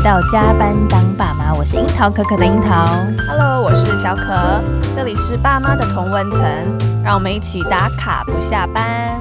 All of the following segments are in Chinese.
到加班当爸妈，我是樱桃可可的樱桃。 Hello， 我是小可，这里是爸妈的同温层，让我们一起打卡不下班。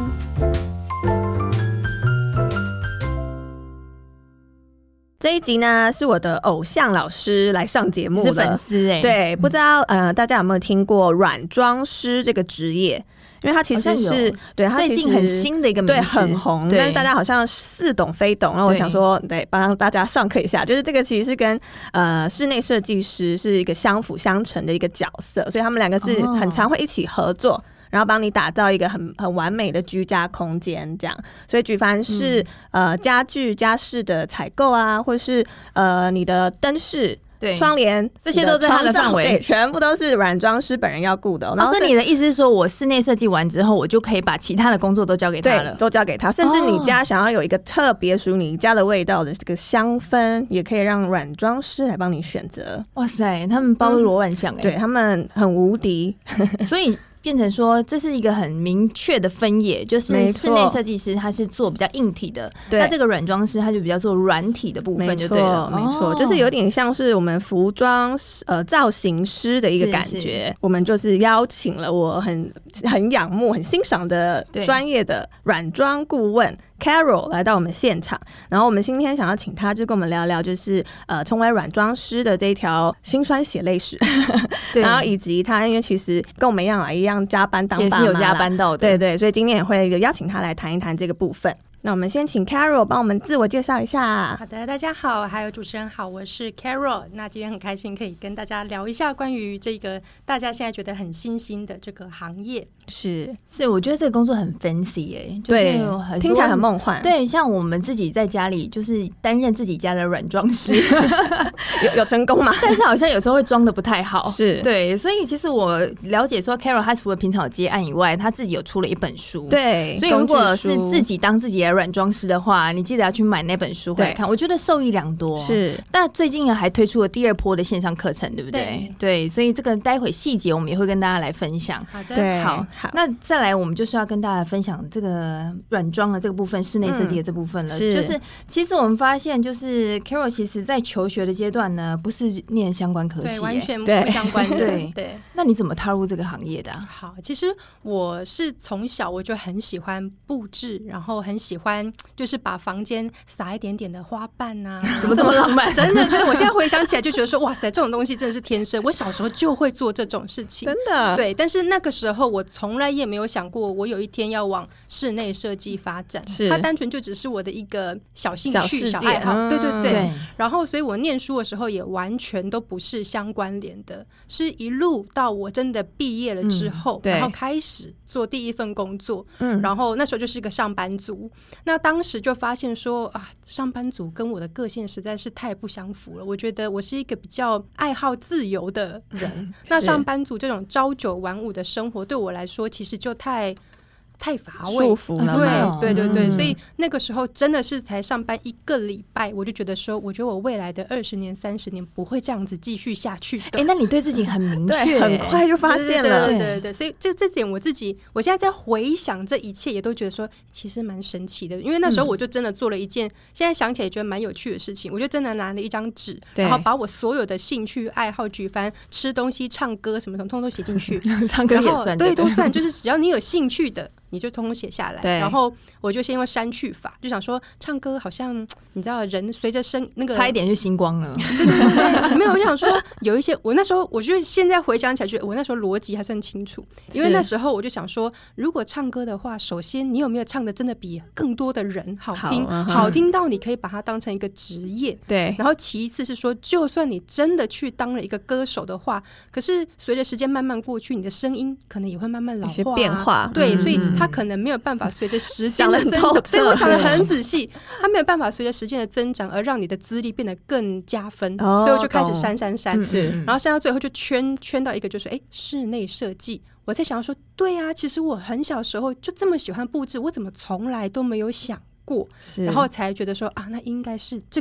这一集呢是我的偶像老师来上节目的， 是粉丝对，不知道大家有没有听过软装师这个职业？因为它其实是对它最近很新的一个名字， 对，很红，但是大家好像似懂非懂。然后我想说，对，帮大家上课一下，就是这个其实是跟室内设计师是一个相辅相成的一个角色，所以他们两个是很常会一起合作。然后帮你打造一个很完美的居家空间，这样。所以举凡是家具家饰的采购啊，或是你的灯饰。 对， 窗帘这些都在他的范围， 对，全部都是软装师本人要顾的。 然后所以你的意思是说，我室内设计完之后，我就可以把其他的工作都交给他了， 对，都交给他。甚至你家想要有一个特别属于你家的味道的这个香氛，也可以让软装师来帮你选择。 哇塞，他们包罗万象对，他们很无敌， 所以。变成说这是一个很明确的分野，就是室内设计师他是做比较硬体的，那这个软装师他就比较做软体的部分就对了， 没错，就是有点像是我们服装造型师的一个感觉。我们就是邀请了我很仰慕、很欣赏的专业的软装顾问Carol 来到我们现场，然后我们今天想要请他就跟我们聊聊，就是成为软装师的这一条辛酸血泪史，然后以及他因为其实跟我们一样加班当爸妈， 也是有加班到的， 对对，所以今天也会邀请他来谈一谈这个部分。那我们先请 Carol 帮我们自我介绍一下。 好的，大家好，还有主持人好，我是 Carol。那今天很开心可以跟大家聊一下关于这个大家现在觉得很新兴的这个行业。 是， 我觉得这个工作很 fancy 对，听起来很梦幻。 对，像我们自己在家里就是担任自己家的软装师， 有成功吗？ 但是好像有时候会装的不太好。 是， 对，所以其实我了解说 Carol 她除了平常有接案以外，她自己有出了一本书。 对， 所以如果是自己当自己的软装师的话，你记得要去买那本书回来看，我觉得受益良多。 是， 但最近还推出了第二波的线上课程，对不对？对，所以这个待会细节我们也会跟大家来分享。 好的， 对， 好，那再来我们就是要跟大家分享这个软装的这个部分，室内设计的这部分了。就是其实我们发现，就是 Carol 其实在求学的阶段呢，不是念相关科系， 对，完全不相关的。 对，那你怎么踏入这个行业的？ 好，其实我是从小我就很喜欢布置，然后很喜欢就是把房间撒一点点的花瓣啊， 怎么这么浪漫？ 真的，我现在回想起来就觉得说，哇塞，这种东西真的是天生。我小时候就会做这种事情， 真的。 对，但是那个时候我从来也没有想过，我有一天要往室内设计发展。它单纯就只是我的一个小兴趣、小爱好。对对对。然后，所以我念书的时候也完全都不是相关联的，是一路到我真的毕业了之后，然后开始做第一份工作。然后那时候就是一个上班族。那当时就发现说啊，上班族跟我的个性实在是太不相符了。我觉得我是一个比较爱好自由的人，那上班族这种朝九晚五的生活对我来说，其实就太乏味， 束缚了。 对，所以那个时候真的是才上班1个礼拜，我就觉得说，我觉得我未来的20年、30年不会这样子继续下去的。 那你对自己很明确， 很快就发现了。 对，所以这点我现在在回想这一切，也都觉得说，其实蛮神奇的。因为那时候我就真的做了一件，现在想起来觉得蛮有趣的事情。我就真的拿了一张纸，然后把我所有的兴趣爱好，举凡吃东西、唱歌什么什么，通通都写进去。 唱歌也算， 对，都算，就是只要你有兴趣的。你就通通写下来，然后我就先用删去法，就想说唱歌好像你知道人随着那个差一点就星光了， 对，没有，我想说有一些我那时候我觉得现在回想起来，觉得我那时候逻辑还算清楚，因为那时候我就想说，如果唱歌的话，首先你有没有唱的真的比更多的人好听，好听到你可以把它当成一个职业， 对， 然后其次是说，就算你真的去当了一个歌手的话，可是随着时间慢慢过去，你的声音可能也会慢慢老化， 一些变化， 对，所以他可能没有办法随着时间的增长，对，我想得很仔细，他没有办法随着时间的增长而让你的资历变得更加分，所以我就开始删，然后删到最后就圈到一个就是室内设计。我在想说，对啊，其实我很小时候就这么喜欢布置，我怎么从来都没有想过，然后才觉得说啊，那应该是这个。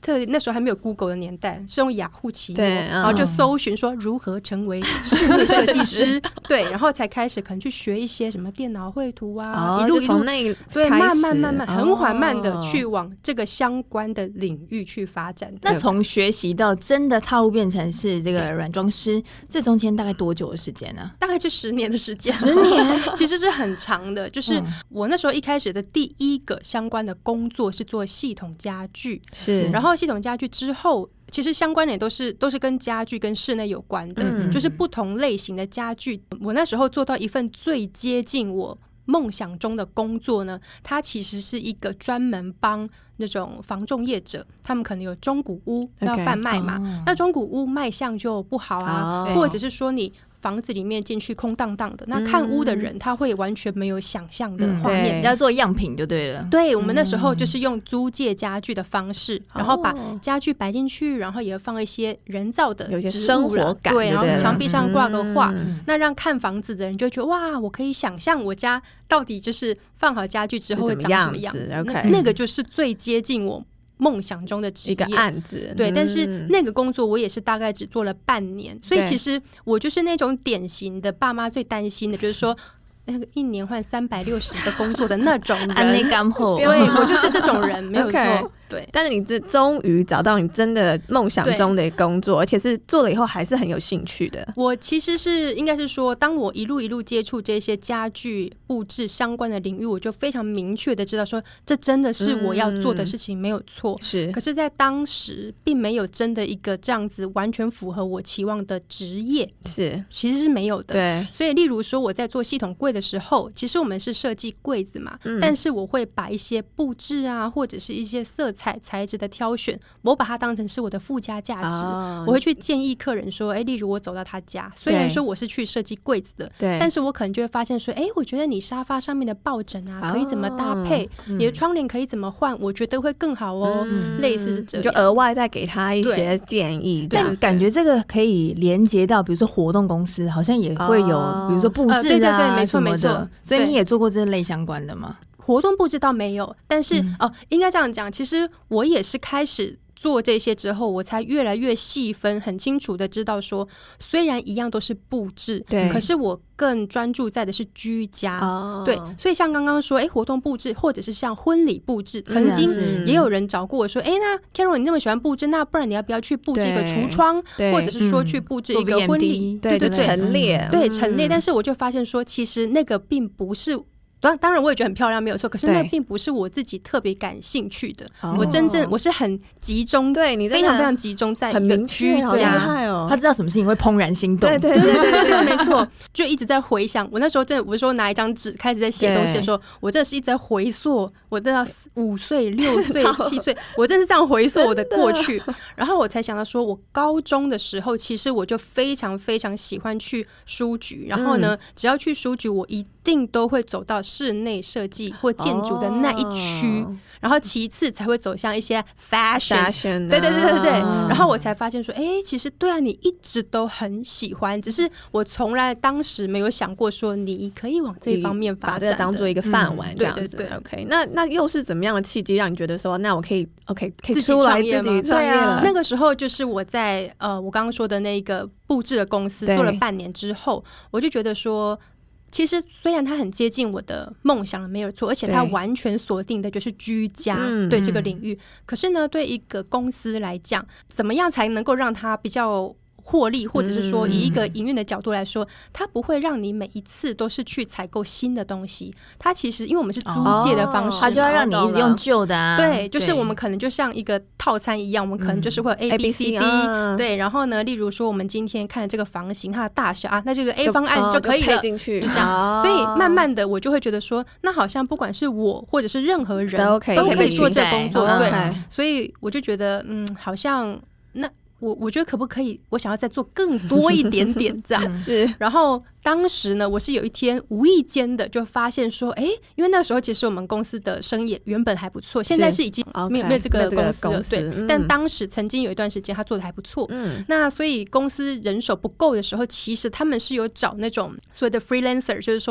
那时候还没有 Google 的年代，是用雅虎奇摩，然后就搜寻说如何成为室内设计师对，然后才开始可能去学一些什么电脑绘图啊，一路从那对，慢慢很缓慢的去往这个相关的领域去发展。 那从学习到真的踏入变成是这个软装师，这中间大概多久的时间呢？ 大概就10年的时间。 10年其实是很长的，就是我那时候一开始的第一个相关的工作是做系统家具，是，然后系统家具之后其实相关的也都是跟家具跟室内有关的，就是不同类型的家具。我那时候做到一份最接近我梦想中的工作呢，它其实是一个专门帮那种房仲业者，他们可能有中古屋要贩卖嘛，那中古屋卖相就不好啊，或者是说你房子里面进去空荡荡的，那看屋的人他会完全没有想象的画面， 要做样品就对了。 对，我们那时候就是用租借家具的方式，然后把家具摆进去，然后也放一些人造的有些生活感， 对，然后墙壁上挂个画，那让看房子的人就觉得哇，我可以想象我家到底就是放好家具之后会长什么样子。那个就是最接近我梦想中的职业一个案子， 对，但是那个工作我也是大概只做了半年，所以其实我就是那种典型的爸妈最担心的，就是说那个1年换360个工作的那种人，对，我就是这种人，没有错。对， 但是你这终于找到你真的梦想中的工作，而且是做了以后还是很有兴趣的。 我其实是应该是说，当我一路接触这些家具布置相关的领域，我就非常明确的知道说，这真的是我要做的事情，没有错。 是， 可是在当时并没有真的一个这样子完全符合我期望的职业， 是， 其实是没有的。 对， 所以例如说我在做系统柜的时候，其实我们是设计柜子嘛，但是我会把一些布置啊，或者是一些色彩材质的挑选，我把它当成是我的附加价值。我会去建议客人说，例如我走到他家，虽然说我是去设计柜子的，但是我可能就会发现说，我觉得你沙发上面的抱枕啊，可以怎么搭配，你的窗帘可以怎么换，我觉得会更好哦。类似是这样， 就额外再给他一些建议。 但感觉这个可以连接到比如说活动公司好像也会有比如说布置啊没错没错， 所以你也做过这类相关的吗？ 活动布置倒没有，但是应该这样讲，其实我也是开始做这些之后，我才越来越细分，很清楚的知道说，虽然一样都是布置，对，可是我更专注在的是居家。对，所以像刚刚说，活动布置或者是像婚礼布置，曾经也有人找过我说，那 Carol 你那么喜欢布置，那不然你要不要去布置一个橱窗，或者是说去布置一个婚礼， 对，陈列， 对，陈列。但是我就发现说，其实那个并不是。当然我也觉得很漂亮没有错，可是那并不是我自己特别感兴趣的。我是很集中，对，你非常非常集中在一个居家。 他知道什么事情会怦然心动， 对，没错，就一直在回想。我那时候真的不是说拿一张纸开始在写东西的时候，我真的是一直在回溯，我真的5岁、6岁、7岁，我真的是这样回溯我的过去。然后我才想到说，我高中的时候，其实我就非常非常喜欢去书局，然后呢，只要去书局，我一定都会走到室内设计或建筑的那一区，然后其次才会走向一些 fashion 对，然后我才发现说，其实对啊，你一直都很喜欢，只是我从来当时没有想过说你可以往这一方面发展， 把这当做一个饭碗这样子。对 OK， 那又是怎么样的契机让你觉得说，那我可以出来自己创业了？ 那个时候就是我在我刚刚说的那个布置的公司做了半年之后，我就觉得说，其实虽然它很接近我的梦想没有错，而且它完全锁定的就是居家对这个领域，可是呢，对一个公司来讲，怎么样才能够让它比较获利，或者是说以一个营运的角度来说，它不会让你每一次都是去采购新的东西，它其实因为我们是租借的方式， 它就要让你一直用旧的啊。 对，就是我们可能就像一个套餐一样，我们可能就是会有 A、B、C、D，对，然后呢，例如说我们今天看的这个房型，它的大小啊，那这个 A 方案就可以了， 进去就这样。所以慢慢的，我就会觉得说，那好像不管是我或者是任何人都可以做这个工作，对，所以我就觉得，好像那。我觉得可不可以，我想要再做更多一点点这样是。 然后当时呢，我是有一天无意间的就发现说，因为那时候其实我们公司的生意原本还不错，现在是已经没有这个公司了，对。但当时曾经有一段时间他做的还不错，那所以公司人手不够的时候，其实他们是有找那种所谓的 freelancer， 就是说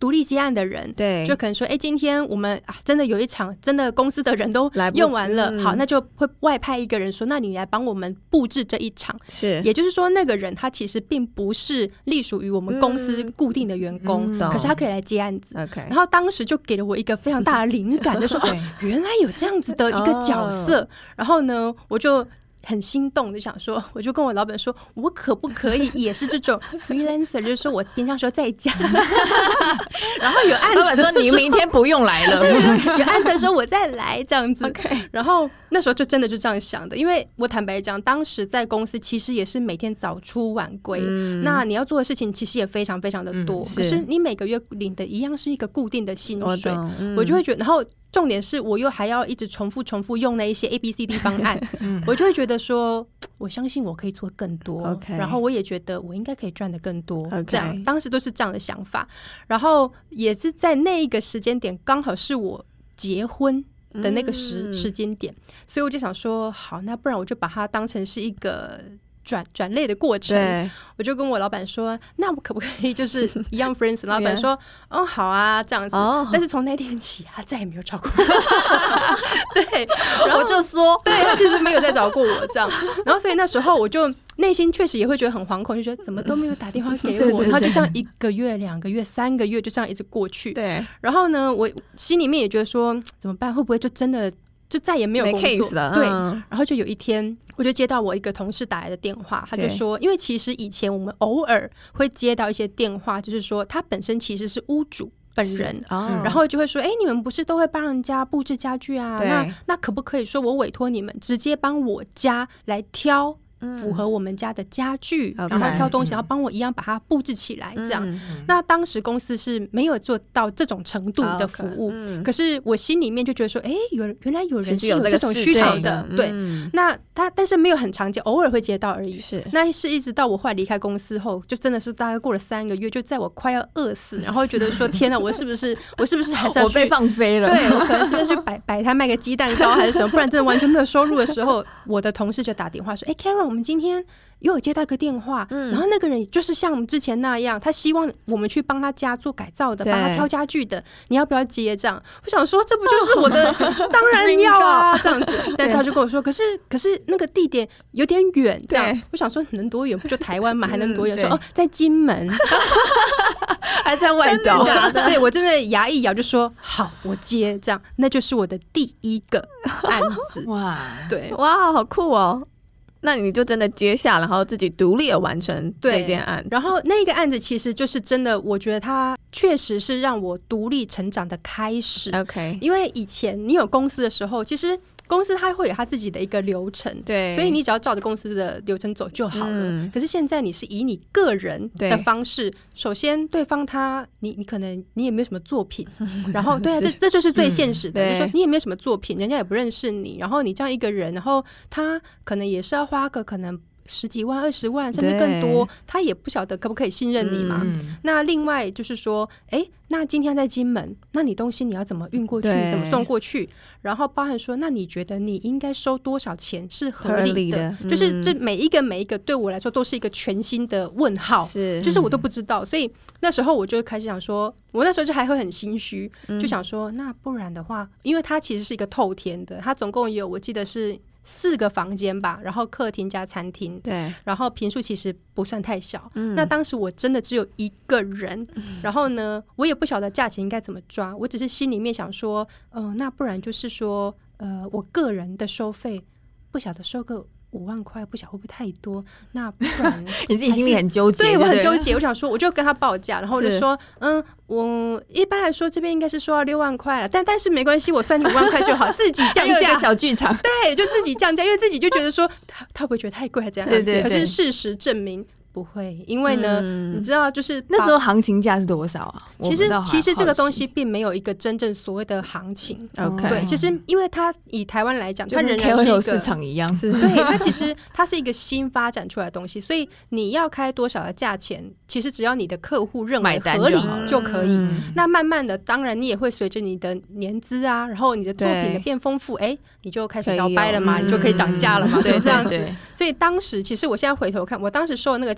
独立接案的人， 对， 就可能说今天我们真的有一场真的公司的人都用完了，好，那就会外派一个人说那你来帮我们布置这一场， 是， 也就是说那个人他其实并不是隶属于我们公司固定的员工，可是他可以来接案子。然后当时就给了我一个非常大的灵感，就说原来有这样子的一个角色，然后呢我就很心动的想说，我就跟我老板说，我可不可以也是这种 freelancer， 就是说我平常时候在家然后有案子，老板说你明天不用来了有案子的时候我再来这样子然后那时候就真的就这样想的，因为我坦白讲当时在公司其实也是每天早出晚归，那你要做的事情其实也非常非常的多，可是你每个月领的一样是一个固定的薪水，我就会觉得，然后重点是我又还要一直重复用那一些 ABCD 方案我就会觉得说我相信我可以做更多然后我也觉得我应该可以赚得更多这样当时都是这样的想法，然后也是在那一个时间点刚好是我结婚的那个时间点，所以我就想说好，那不然我就把它当成是一个转类的过程，我就跟我老板说那我可不可以就是一样 friends 老板说好啊这样子但是从那天起他再也没有找过我对，然后我就说对他其实没有再找过我这样然后所以那时候我就内心确实也会觉得很惶恐，就觉得怎么都没有打电话给我然后就这样1个月2个月3个月就这样一直过去， 对， 然后呢我心里面也觉得说怎么办，会不会就真的就再也没有工作 case 了对然后就有一天我就接到我一个同事打来的电话，他就说因为其实以前我们偶尔会接到一些电话，就是说他本身其实是屋主本人然后就会说你们不是都会帮人家布置家具啊，那可不可以说我委托你们直接帮我家来挑符合我们家的家具然后挑东西然后帮我一样把它布置起来这样那当时公司是没有做到这种程度的服务可是我心里面就觉得说原来有人是有这种需求的对那他但是没有很常见，偶尔会接到而已，是那是一直到我后来离开公司后就真的是大概过了3个月，就在我快要饿死然后觉得说天哪我是不是还是要去我被放飞了， 对我可能是不是去摆摊卖个鸡蛋糕还是什么不然真的完全没有收入的时候我的同事就打电话说Karen我们今天又有接到一个电话然后那个人就是像我们之前那样他希望我们去帮他家做改造的帮他挑家具的，你要不要接这样我想说这不就是我的当然要啊这样子但是他就跟我说可是那个地点有点远这样我想说能多远不就台湾嘛还能多远说在金门还在外岛对我真的牙一咬就说好我接这样那就是我的第一个案子哇对哇好酷哦，那你就真的接下然后自己独立的完成这件案子， 然后那个案子其实就是真的我觉得它确实是让我独立成长的开始 OK 因为以前你有公司的时候其实公司它会有它自己的一个流程， 对， 所以你只要照着公司的流程走就好了可是现在你是以你个人的方式，首先对方你可能你也没有什么作品然后对啊这就是最现实的就是说你也没有什么作品，人家也不认识你，然后你这样一个人，然后他可能也是要花个可能10几万20万甚至更多，他也不晓得可不可以信任你嘛那另外就是说那今天在金门，那你东西你要怎么运过去怎么送过去，然后包含说那你觉得你应该收多少钱是合理的就是这每一个对我来说都是一个全新的问号，就是我都不知道，所以那时候我就开始想说我那时候就还会很心虚就想说那不然的话，因为它其实是一个透天的，它总共有我记得是4个房间吧，然后客厅加餐厅，对，然后坪数其实不算太小那当时我真的只有一个人然后呢我也不晓得价钱应该怎么抓，我只是心里面想说那不然就是说我个人的收费不晓得收个5万块，不晓得会不会太多，那不然你自己心里很纠结对我很纠结我想说我就跟他报价，然后我就说我一般来说这边应该是说要6万块了，但是没关系我算你5万块就好自己降价有一个小剧场对就自己降价，因为自己就觉得说他会不会觉得太贵这样对可是事实证明不会，因为呢你知道就是那时候行情价是多少啊？ 其实这个东西并没有一个真正所谓的行情对，其实因为它以台湾来讲它仍然是一个市场一样对，它其实它是一个新发展出来的东西，所以你要开多少的价钱其实只要你的客户认为合理就可以那慢慢的当然你也会随着你的年资啊然后你的作品的变丰富你就开始摇摆了嘛你就可以涨价了嘛对这样子所以当时其实我现在回头看我当时收的那个价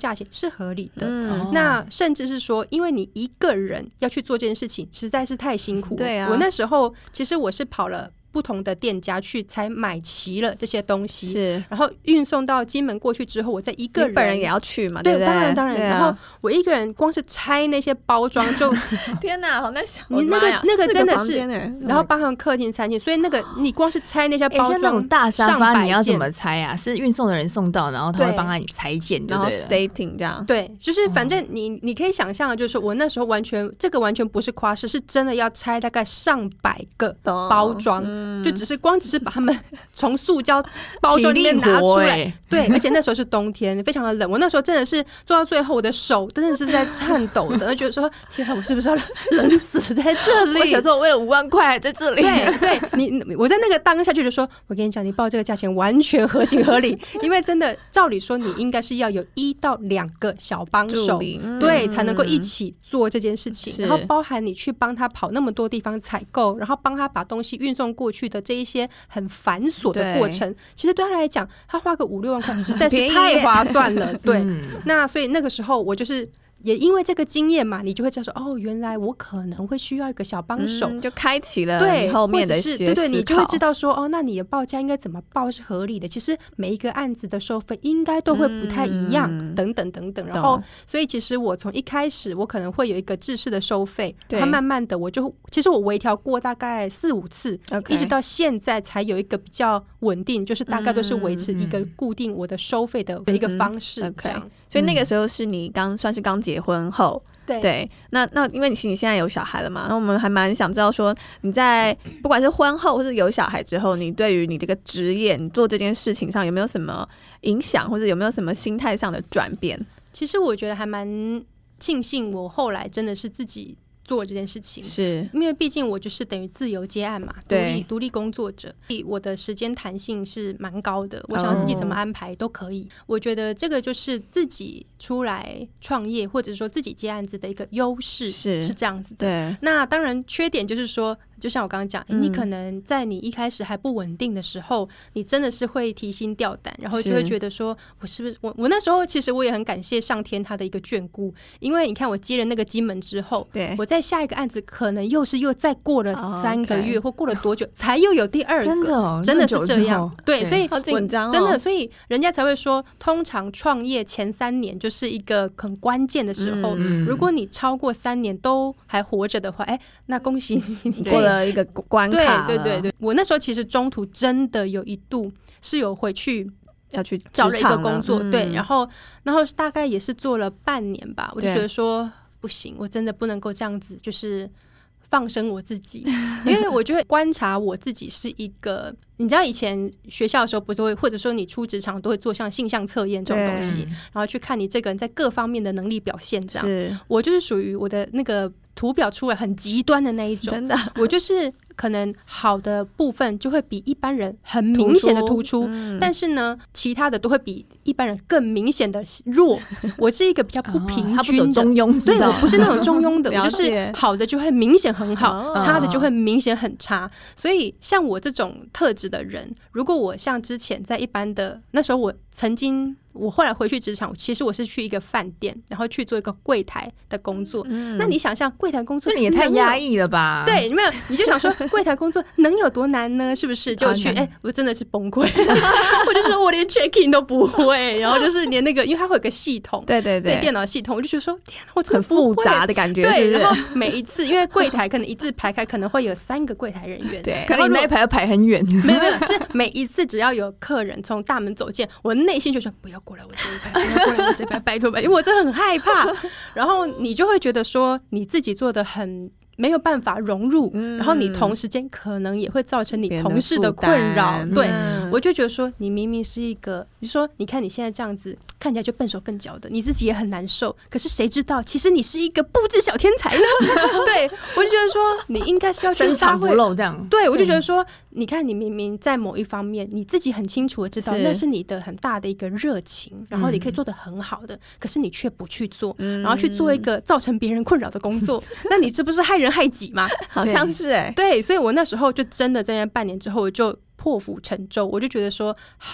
价钱是合理的。那甚至是说，因为你一个人要去做这件事情实在是太辛苦了。 对啊， 我那时候其实我是跑了不同的店家去才买齐了这些东西， 是， 然后运送到金门过去之后，我再一个人， 你本人也要去嘛？ 对， 对不对？ 当然、然后我一个人光是拆那些包装就天哪，好难想！ 你那个真的是，然后包含客厅、餐厅，所以那个你光是拆那些包装， 像那种大沙发你要怎么拆啊？是运送的人送到，然后他会帮你裁剪，对不对？ 然后 setting 这样， 对，就是反正你可以想象的，就是说我那时候完全不是夸饰，是真的要拆大概上百个包装。就只是把他们从塑胶包装里面拿出来，对，而且那时候是冬天，非常的冷。我那时候真的是做到最后，我的手真的是在颤抖的，觉得说天啊，我是不是要冷死在这里？ 我小时候为了5万块在这里， 对，我在那个当下就觉得说，我跟你讲，你报这个价钱完全合情合理，因为真的照理说你应该是要有1到2个小帮手，对，才能够一起做这件事情，然后包含你去帮他跑那么多地方采购，然后帮他把东西运送过去的这一些很繁琐的过程，其实对他来讲，他花个5-6万块实在是太划算了。对，那所以那个时候我就是也因为这个经验嘛，你就会知道说，哦，原来我可能会需要一个小帮手， 就开启了你后面的一些对，你就会知道说，哦，那你的报价应该怎么报是合理的。其实每一个案子的收费应该都会不太一样，等等等等。然后，所以其实我从一开始我可能会有一个制式的收费，它慢慢的其实我微调过大概4-5次，一直到现在才有一个比较稳定，就是大概都是维持一个固定我的收费的一个方式，这样。 所以那个时候是你算是刚结婚后，对，那因为你现在有小孩了嘛，那我们还蛮想知道说，你在不管是婚后或是有小孩之后，你对于你这个职业，你做这件事情上有没有什么影响，或者有没有什么心态上的转变？ 其实我觉得还蛮庆幸，我后来真的是自己做这件事情， 是因为毕竟我就是等于自由接案嘛，独立工作者，我的时间弹性是蛮高的，我想要自己怎么安排都可以。我觉得这个就是自己出来创业或者说自己接案子的一个优势，是这样子的。 对， 那当然缺点就是说，就像我刚刚讲，你可能在你一开始还不稳定的时候，你真的是会提心吊胆，然后就会觉得说，我是不是我那时候其实我也很感谢上天他的一个眷顾，因为你看我接了那个金门之后，我在下一个案子可能又再过了3个月或过了多久才又有第2个，真的是这样。对，所以好紧张， 真的，所以人家才会说，通常创业前3年就是一个很关键的时候。如果你超过3年都还活着的话，那恭喜你过了一个关卡了。 对，我那时候其实中途真的有一度是有回去要去找了一个工作，对，然后大概也是做了半年吧，我就觉得说不行，我真的不能够这样子，就是放生我自己，因为我觉得观察我自己是一个，你知道以前学校的时候不都会，或者说你出职场都会做像性向测验这种东西，然后去看你这个人在各方面的能力表现，这样。我就是属于我的那个图表出来很极端的那一种，真的，我就是可能好的部分就会比一般人很明显的突出，但是呢，其他的都会比一般人更明显的弱。我是一个比较不平均的， 他不走中庸， 对，我不是那种中庸的，我就是好的就会明显很好，差的就会明显很差。所以像我这种特质的人，如果我像之前在一般的那时候，我后来回去职场，其实我是去一个饭店，然后去做一个柜台的工作。那你想象柜台工作， 你也太压抑了吧？ 对，没有，你就想说柜台工作能有多难呢？是不是？就去，我真的是崩溃。我就说我连 check in 都不会，然后就是连那个，因为它会有个系统，对，电脑系统，我就觉得说天哪，我真的很复杂的感觉。 对，然后每一次，因为柜台可能一字排开，可能会有3个柜台人员， 对，可能你那一排要排很远。 没有，是每一次只要有客人从大门走进，我内心就说不要过来我这一排，不要过来我这一排，拜托，因为我真的很害怕。然后你就会觉得说你自己做的很没有办法融入，然后你同时间可能也会造成你同事的困扰。对，我就觉得说你明明是一个，你说你看你现在这样子看起来就笨手笨脚的，你自己也很难受，可是谁知道其实你是一个布置小天才呢？对，我就觉得说你应该是要深藏不露这样。 对，我就觉得说你看你明明在某一方面你自己很清楚的知道那是你的很大的一个热情，然后你可以做得很好的，可是你却不去做，然后去做一个造成别人困扰的工作，那你这不是害人害己吗？ 好像是对， 所以我那时候就真的在那半年之后，我就破釜沉舟，我就觉得说好，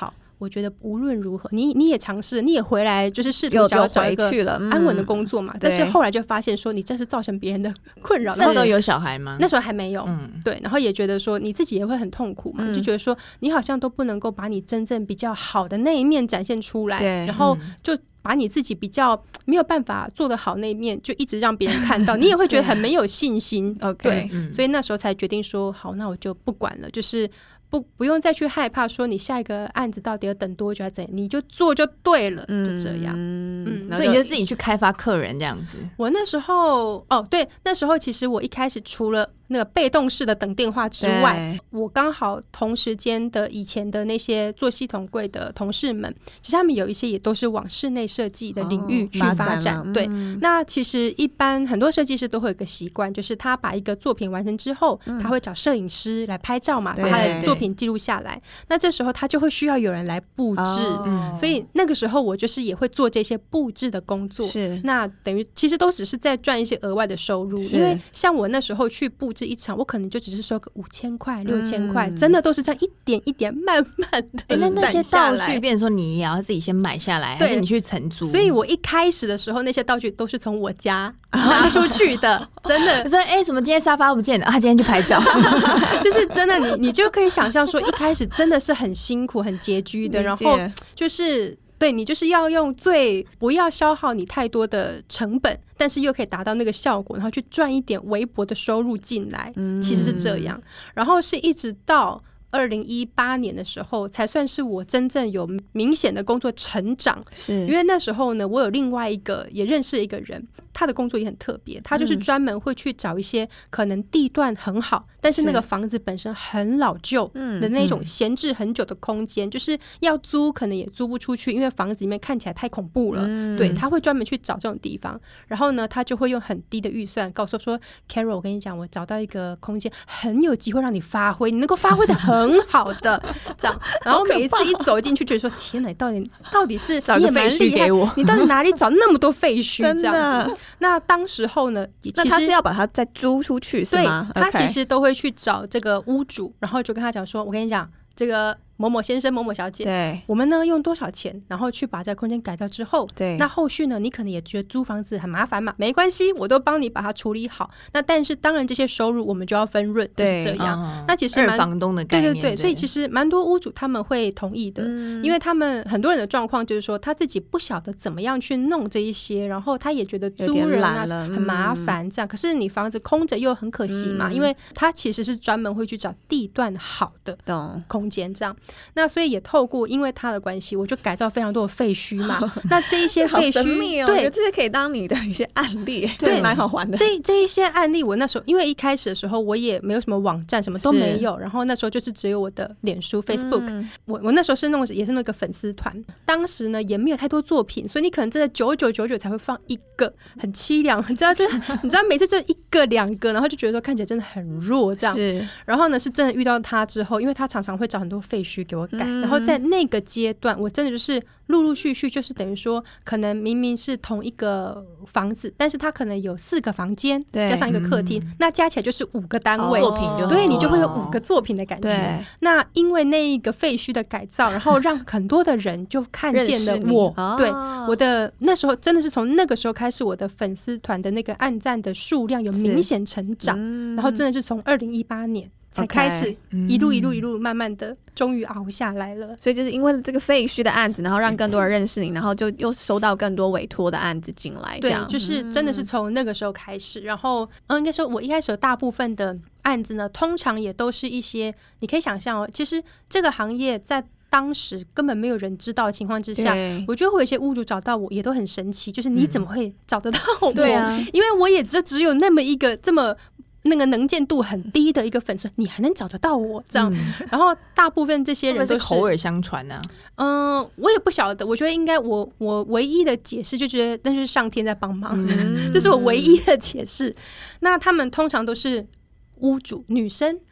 我觉得无论如何，你也尝试，你也回来，就是试图想要找一个安稳的工作嘛。但是后来就发现说，你这是造成别人的困扰。 那时候有小孩吗？ 那时候还没有。对，然后也觉得说你自己也会很痛苦嘛，就觉得说你好像都不能够把你真正比较好的那一面展现出来，然后就把你自己比较没有办法做得好那一面就一直让别人看到，你也会觉得很没有信心。对，所以那时候才决定说，好，那我就不管了，就是不用再去害怕说你下一个案子到底要等多久还是怎样，你就做就对了，就这样。 所以你就自己去开发客人这样子。 我那时候对，那时候其实我一开始除了那个被动式的等电话之外，我刚好同时间的以前的那些做系统柜的同事们，其实他们有一些也都是往室内设计的领域去发展。对，那其实一般很多设计师都会有一个习惯，就是他把一个作品完成之后，他会找摄影师来拍照嘛，把他的作品记录下来。那这时候他就会需要有人来布置，所以那个时候我就是也会做这些布置的工作。那等于其实都只是在赚一些额外的收入，因为像我那时候去布置一场，我可能就只是收个5000块、6000块，真的都是这样一点一点慢慢的。 那些道具变成说你也要自己先买下来，还是你去承租？ 所以我一开始的时候，那些道具都是从我家拿出去的，真的。 我说怎么今天沙发不见了？他今天去拍照， 就是真的，你就可以想象说，一开始真的是很辛苦、很拮据的，然后就是对你就是要用不要消耗你太多的成本，但是又可以达到那个效果，然后去赚一点微薄的收入进来，其实是这样。然后是一直到2018年的时候才算是我真正有明显的工作成长。因为那时候呢，我有另外一个也认识一个人，他的工作也很特别，他就是专门会去找一些可能地段很好，但是那个房子本身很老旧的那种闲置很久的空间，就是要租可能也租不出去，因为房子里面看起来太恐怖了。对，他会专门去找这种地方，然后呢他就会用很低的预算告诉说 Carol 我跟你讲，我找到一个空间很有机会让你发挥，你能够发挥的很好的这样。然后每一次一走进去觉得说天哪，你到底是找一个废墟给我， 你到底哪里找那么多废墟这样子。那当时候呢， 那他是要把它再租出去是吗？ 对，他其实都会去找这个屋主，然后就跟他讲说，我跟你讲，这个某某先生某某小姐，对，我们呢用多少钱，然后去把这个空间改掉之后，对，那后续呢你可能也觉得租房子很麻烦嘛，没关系，我都帮你把它处理好。那但是当然这些收入我们就要分润，就是这样。那其实二房东的概念， 对，所以其实蛮多屋主他们会同意的，因为他们很多人的状况就是说他自己不晓得怎么样去弄这一些，然后他也觉得租人啊很麻烦这样。可是你房子空着又很可惜嘛，因为他其实是专门会去找地段好的空间这样。那所以也透过因为他的关系，我就改造非常多的废墟嘛。那这一些废墟， 好神秘哦，对，这些可以当你的一些案例，对，蛮好玩的。 这一些案例，我那时候因为一开始的时候我也没有什么网站，什么都没有，然后那时候就是只有我的脸书 Facebook，我那时候是也是那个粉丝团，当时呢也没有太多作品，所以你可能真的9999才会放一个，很凄凉，你知道每次就一个2个，然后就觉得说看起来真的很弱这样。然后呢是真的遇到他之后，因为他常常会找很多废墟给我改，然后在那个阶段我真的就是陆陆续续，就是等于说可能明明是同一个房子，但是它可能有4个房间加上一个客厅，那加起来就是5个单位， 作品就对，你就会有5个作品的感觉。那因为那一个废墟的改造，然后让很多的人就看见了我对我的那时候真的是从那个时候开始，我的粉丝团的那个按赞的数量有明显成长，然后真的是从2018年才开始一路慢慢的终于熬下来了。 所以就是因为这个废墟的案子，然后让更多人认识你，然后就又收到更多委托的案子进来。 对，就是真的是从那个时候开始。然后应该说我一开始有大部分的案子呢，通常也都是一些你可以想象其实这个行业在当时根本没有人知道的情况之下，我觉得会有一些屋主找到我也都很神奇，就是你怎么会找得到我？对啊，因为我也只有那么一个这么那个能见度很低的一个粉丝，你还能找得到我这样。然后大部分这些人都是口耳相传啊。 我也不晓得，我觉得应该我唯一的解释就觉得那就是上天在帮忙，这是我唯一的解释。那他们通常都是屋主女生，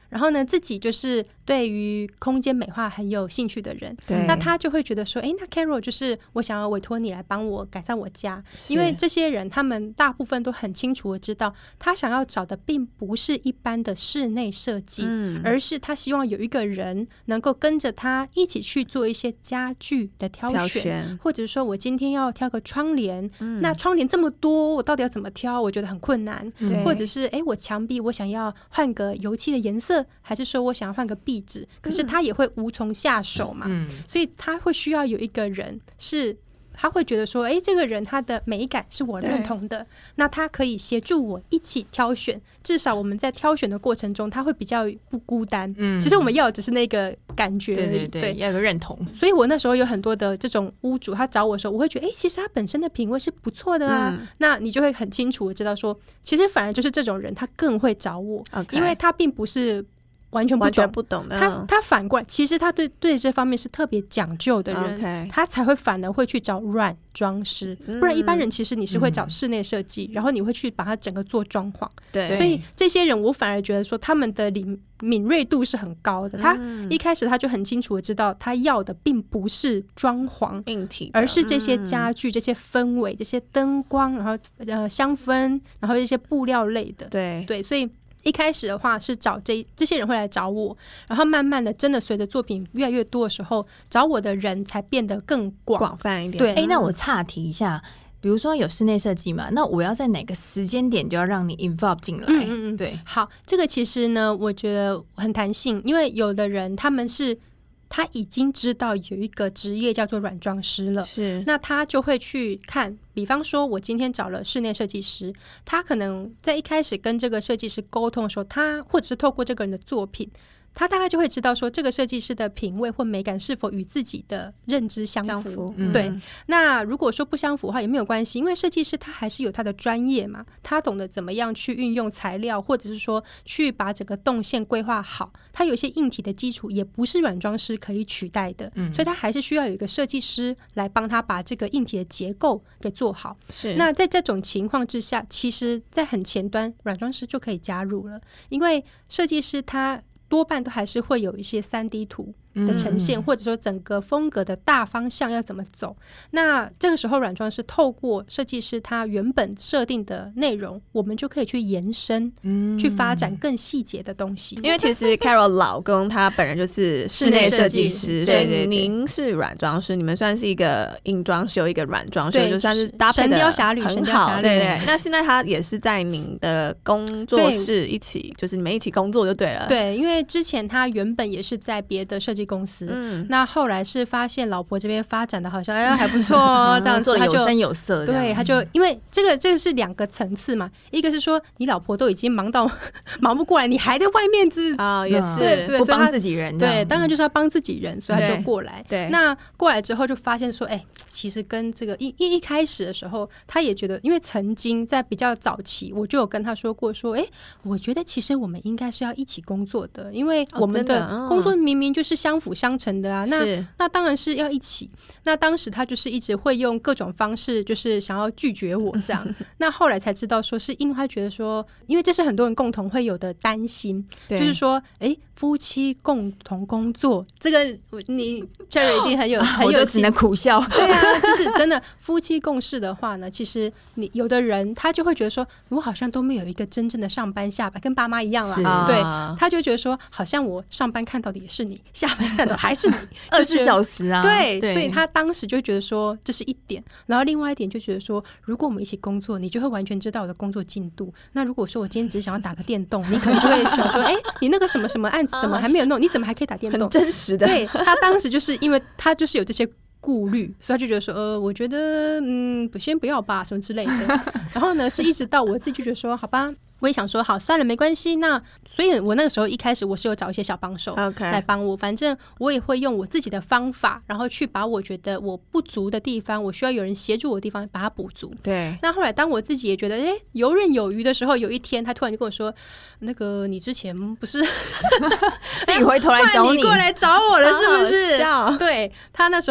然后呢自己就是对于空间美化很有兴趣的人，那他就会觉得说那 Carol 就是我想要委托你来帮我改善我家，因为这些人他们大部分都很清楚的知道他想要找的并不是一般的室内设计，而是他希望有一个人能够跟着他一起去做一些家具的挑选，或者说我今天要挑个窗帘，那窗帘这么多我到底要怎么挑，我觉得很困难，或者是我墙壁我想要换个油漆的颜色，还是说我想要换个壁纸，可是他也会无从下手嘛，所以他会需要有一个人是他会觉得说这个人他的美感是我认同的，那他可以协助我一起挑选，至少我们在挑选的过程中他会比较不孤单，其实我们要的只是那个感觉而已， 对，要有个认同。 所以我那时候有很多的这种屋主他找我的时候，我会觉得其实他本身的品味是不错的啊，那你就会很清楚的知道说其实反而就是这种人他更会找我，因为他并不是完全不懂的，他反过来其实他对这方面是特别讲究的人，他才会反而会去找软装师，不然一般人其实你是会找室内设计，然后你会去把它整个做装潢，对，所以这些人我反而觉得说他们的敏锐度是很高的，他一开始他就很清楚的知道他要的并不是装潢硬体， 而是这些家具、这些氛围、这些灯光，然后香氛，然后这些布料类的，对，所以一开始的话是找这些人会来找我，然后慢慢的真的随着作品越来越多的时候，找我的人才变得更广泛一点。 对，那我岔题一下，比如说有室内设计嘛，那我要在哪个时间点就要让你 involve 进来？对， 好，这个其实呢我觉得很弹性，因为有的人他已经知道有一个职业叫做软装师了，那他就会去看，比方说我今天找了室内设计师，他可能在一开始跟这个设计师沟通的时候，他或者是透过这个人的作品，他大概就会知道说这个设计师的品味或美感是否与自己的认知相符，对，那如果说不相符的话也没有关系，因为设计师他还是有他的专业嘛，他懂得怎么样去运用材料，或者是说去把整个动线规划好，他有一些硬体的基础也不是软装师可以取代的，所以他还是需要有一个设计师来帮他把这个硬体的结构给做好，那在这种情况之下，其实在很前端软装师就可以加入了，因为设计师他多半都还是会有一些 3D 图的呈现，或者说整个风格的大方向要怎么走，那这个时候软装是透过设计师他原本设定的内容，我们就可以去延伸，去发展更细节的东西。 因为其实 Carol 老公他本人就是室内设计师，所以您是软装师，你们算是一个硬装修一个软装修，就算是搭配的很好，对，那现在他也是在您的工作室一起，就是你们一起工作就对了。 对，因为之前他原本也是在别的设计公司，那后来是发现老婆这边发展的好像还不错哦，这样做的有声有色， 对，他就因为这个是2个层次嘛，一个是说你老婆都已经忙不过来，你还在外面也是不帮自己人， 对，当然就是要帮自己人，所以他就过来。对，那过来之后就发现说，其实跟这个一开始的时候，他也觉得，因为曾经在比较早期，我就有跟他说过，说，我觉得其实我们应该是要一起工作的，因为我们的工作明明就是相辅相成的啊，那当然是要一起。那当时他就是一直会用各种方式，就是想要拒绝我这样。那后来才知道说，是因为他觉得说，因为这是很多人共同会有的担心，就是说，夫妻共同工作，这个你 Cherry 一定很有我就只能苦笑。 对啊，就是真的夫妻共事的话呢，其实你有的人他就会觉得说，我好像都没有一个真正的上班下班，跟爸妈一样啦。对，他就觉得说，好像我上班看到的也是你，下班看到还是你 ，24小时啊。 对，所以他当时就觉得说这是一点，然后另外一点就觉得说，如果我们一起工作，你就会完全知道我的工作进度。那如果说我今天只是想要打个电动，你可能就会想说，你那个什么什么案子怎么还没有弄？你怎么还可以打电动？ 很真实的。 对，他当时就是因为他就是有这些顾虑，所以他就觉得说，我觉得先不要吧，什么之类的。然后呢，是一直到我自己就觉得说，好吧。我也想说好算了没关系，那所以我那个时候一开始我是有找一些小帮手来帮我，反正我也会用我自己的方法，然后去把我觉得我不足的地方，我需要有人协助我的地方把它补足。 对， 那后来当我自己也觉得游刃有余的时候，有一天他突然就跟我说，那个你之前不是自己回头来找你过来找我了是不是？对，他那时候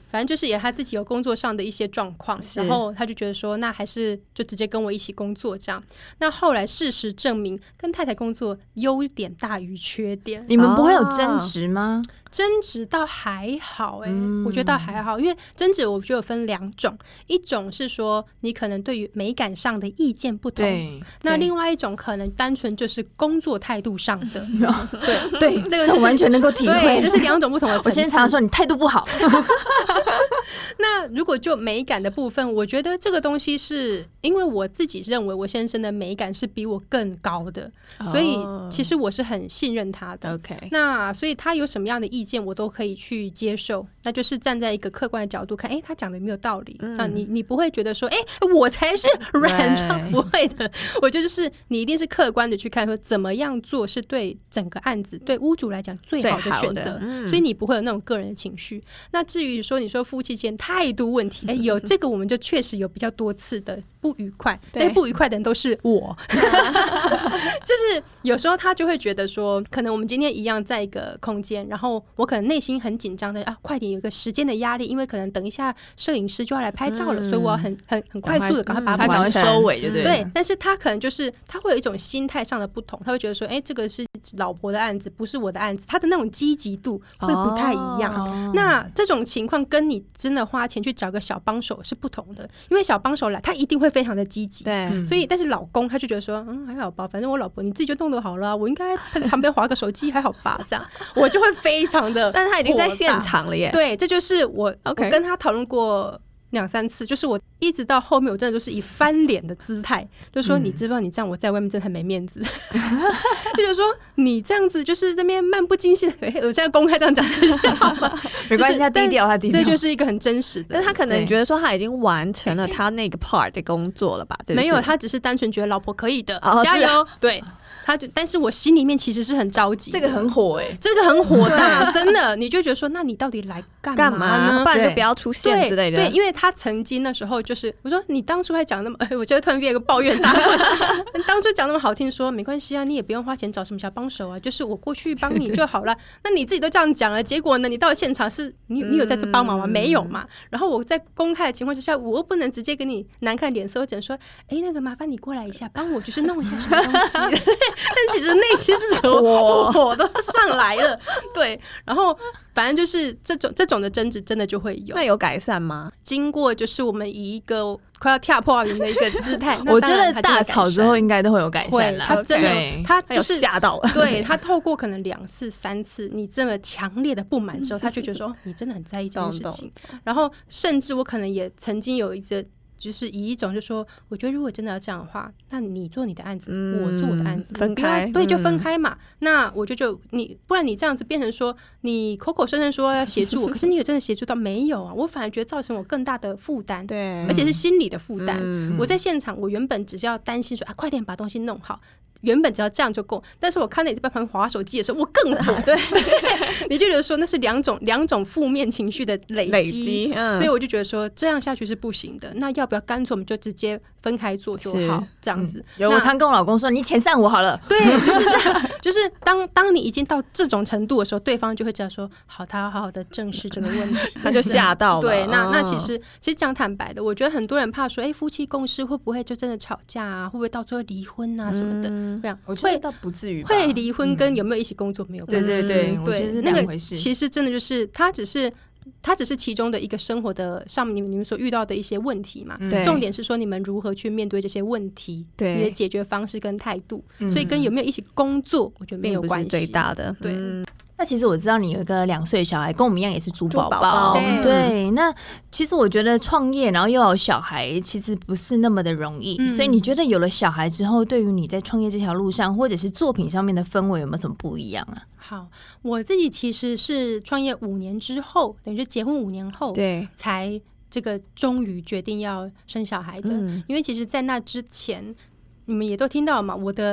反正就是也他自己有工作上的一些状况，然后他就觉得说那还是就直接跟我一起工作这样。那后来事实证明跟太太工作优点大于缺点。 你们不会有争执吗？ 争执倒还好我觉得倒还好，因为争执我觉得有分2种，一种是说你可能对于美感上的意见不同，那另外一种可能单纯就是工作态度上的对，这个完全能够体会， 对，这是2种不同的层次。 我先常说你态度不好那如果就美感的部分，我觉得这个东西是因为我自己认为我先生的美感是比我更高的，所以其实我是很信任他的。 OK， 那所以他有什么样的意见我都可以去接受，那就是站在一个客观的角度看，他讲的有没有道理？那你不会觉得说，我才是软装，不会的。我觉得就是你一定是客观的去看，说怎么样做是对整个案子、对屋主来讲最好的选择，所以你不会有那种个人的情绪。那至于说你说夫妻间态度问题，有这个我们就确实有比较多次的不愉快，但是不愉快的人都是我，就是有时候他就会觉得说，可能我们今天一样在一个空间，然后我可能内心很紧张的快点有一个时间的压力，因为可能等一下摄影师就要来拍照了，所以我要很快速的赶快把它完成收尾，对。 但是他可能就是他会有一种心态上的不同，他会觉得说，这个是老婆的案子，不是我的案子，他的那种积极度会不太一样。那这种情况跟你真的花钱去找个小帮手是不同的，因为小帮手来他一定会非常的积极， 对， 所以但是老公他就觉得说，还好吧，反正我老婆你自己就弄得好了，我应该在旁边滑个手机还好吧，这样我就会非常的， 但是他已经在现场了耶。 对，这就是我跟他讨论过2-3次，就是我一直到后面我真的都是以翻脸的姿态就说，你知不知道你这样我在外面真的很没面子就是说你这样子就是这边漫不经心我现在公开这样讲没关系，他低调， 这就是一个很真实的。 但他可能觉得说他已经完成了他那个 part 的工作了吧？ 没有，他只是单纯觉得老婆可以的，加油。对，但是我心里面其实是很着急， 这个很火这个很火大真的，你就觉得说，那你到底来干嘛呢？ 不然就不要出现之类的。 对，因为他曾经那时候就是我说你当初还讲那么，我觉得突然变一个抱怨大会当初讲那么好听说没关系啊，你也不用花钱找什么小帮手啊，就是我过去帮你就好了那你自己都这样讲了，结果呢你到了现场是你有在这帮忙吗？没有嘛。然后我在公开的情况之下，我又不能直接给你难看脸色，我只能说那个麻烦你过来一下帮我就是弄一下什么东西但其实内心是火都上来了对，然后反正就是这种的争执真的就会有。 那有改善吗？ 经过就是我们以一个快要跳破云的一个姿态我觉得大吵之后应该都会有改善啦。 他真的他就是吓到了对，他透过可能2次3次你这么强烈的不满之后他就觉得说你真的很在意这件事情然后甚至我可能也曾经有一次就是以一种就说我觉得如果真的要这样的话，那你做你的案子我做我的案子分开， 对，就分开嘛那我就你不然你这样子变成说你口口声声说要协助我可是你有真的协助到没有啊？我反而觉得造成我更大的负担， 对， 而且是心理的负担我在现场我原本只是要担心说快点把东西弄好，原本只要这样就够，但是我看到你在旁边滑手机的时候我更火对你就觉得说那是两种负面情绪的累积所以我就觉得说这样下去是不行的，那要不要干脆我们就直接分开做就好这样子。 我常跟我老公说你遣散我好了， 对，就是这样就是当你已经到这种程度的时候，对方就会知道说好，他要好好的正视这个问题他就吓到了。 对，那其实讲坦白的，我觉得很多人怕说夫妻共事会不会就真的吵架啊，会不会到最后离婚啊什么的这样我觉得倒不至于吧， 会离婚跟有没有一起工作没有关系对，我觉得是两回事。 其实真的就是他只是其中的一个生活的上面你们所遇到的一些问题嘛重点是说你们如何去面对这些问题，你的解决方式跟态度所以跟有没有一起工作我觉得没有关系， 最大的对那其实我知道你有一个2岁小孩，跟我们一样也是猪宝宝。对，那其实我觉得创业然后又有小孩，其实不是那么的容易。所以你觉得有了小孩之后，对于你在创业这条路上，或者是作品上面的氛围，有没有什么不一样啊？ 好，我自己其实是创业5年之后，等于就结婚5年后， 对， 才这个终于决定要生小孩的。因为其实，在那之前，你们也都听到嘛，我的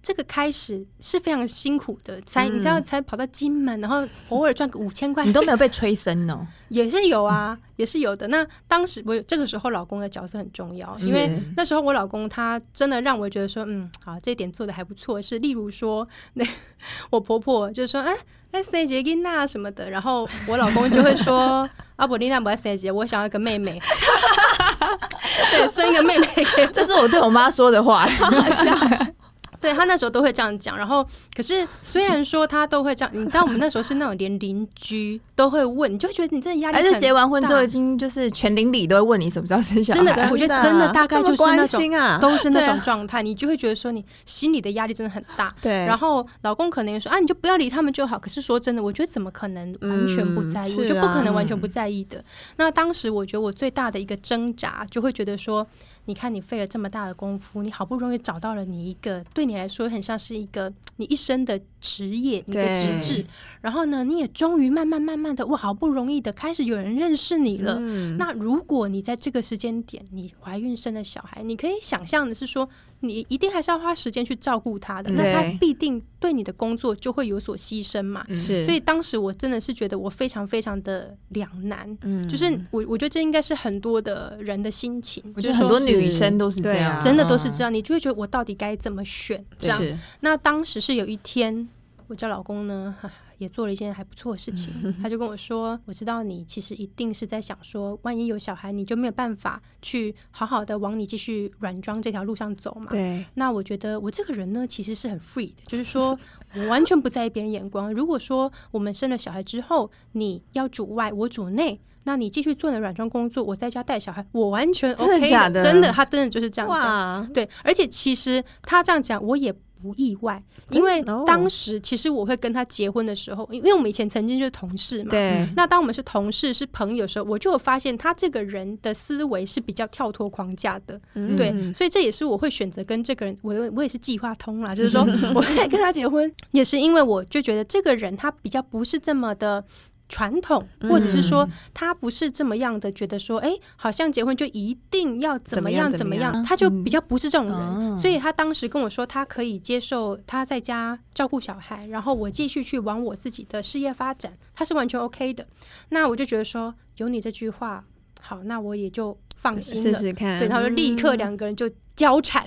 这个开始是非常辛苦的，你知道才跑到金门，然后偶尔赚个5000块， 你都没有被催生哦？ 也是有啊，也是有的。那当时这个时候老公的角色很重要，因为那时候我老公他真的让我觉得说，好，这一点做的还不错。是例如说，我婆婆就是说，生一个囡仔什么的，然后我老公就会说，阿伯丽娜不要生一个，我想要一个妹妹。对，生一个妹妹， 这是我对我妈说的话，好笑。 对，他那时候都会这样讲，然后可是虽然说他都会这样，你知道我们那时候是那种连邻居都会问，你就觉得你真的压力很大， 而且结完婚之后已经就是全邻里都会问你什么时候生小孩， 真的，我觉得真的大概就是那种都是那种状态， 啊， 你就会觉得说你心里的压力真的很大。 对， 然后老公可能也说你就不要理他们就好，可是说真的，我觉得怎么可能完全不在意，我就不可能完全不在意的。那当时我觉得我最大的一个挣扎，就会觉得说，你看你费了这么大的功夫，你好不容易找到了你一个对你来说很像是一个你一生的职业，你的职志，然后呢你也终于慢慢的好不容易的开始有人认识你了。那如果你在这个时间点你怀孕生了小孩，你可以想象的是说你一定还是要花时间去照顾他的，那他必定对你的工作就会有所牺牲嘛。所以当时我真的是觉得我非常非常的两难，就是我觉得这应该是很多的人的心情， 我觉得很多女生都是这样， 真的都是这样，你就会觉得我到底该怎么选这样。那当时是有一天我叫老公呢也做了一件还不错的事情，他就跟我说，我知道你其实一定是在想说，万一有小孩你就没有办法去好好的往你继续软装这条路上走嘛。 对， 那我觉得我这个人呢其实是很 free 的，就是说我完全不在意别人眼光。如果说我们生了小孩之后你要主外我主内，那你继续做你的软装工作，我在家带小孩，我完全 OK 的。 真的， 真的，他真的就是这样讲。对，而且其实他这样讲我也不意外，因为当时其实我会跟他结婚的时候，因为我们以前曾经就是同事嘛， 对， 那当我们是同事是朋友的时候，我就有发现他这个人的思维是比较跳脱框架的，对，所以这也是我会选择跟这个人，我也是计划通啦，就是说我会跟他结婚，也是因为我就觉得这个人他比较不是这么的传统，或者是说他不是这么样的觉得说好像结婚就一定要怎么样怎么样，他就比较不是这种人，所以他当时跟我说他可以接受他在家照顾小孩，然后我继续去往我自己的事业发展，他是完全 OK 的。那我就觉得说有你这句话好，那我也就放心了， 试试看。 对，然后就立刻两个人就交缠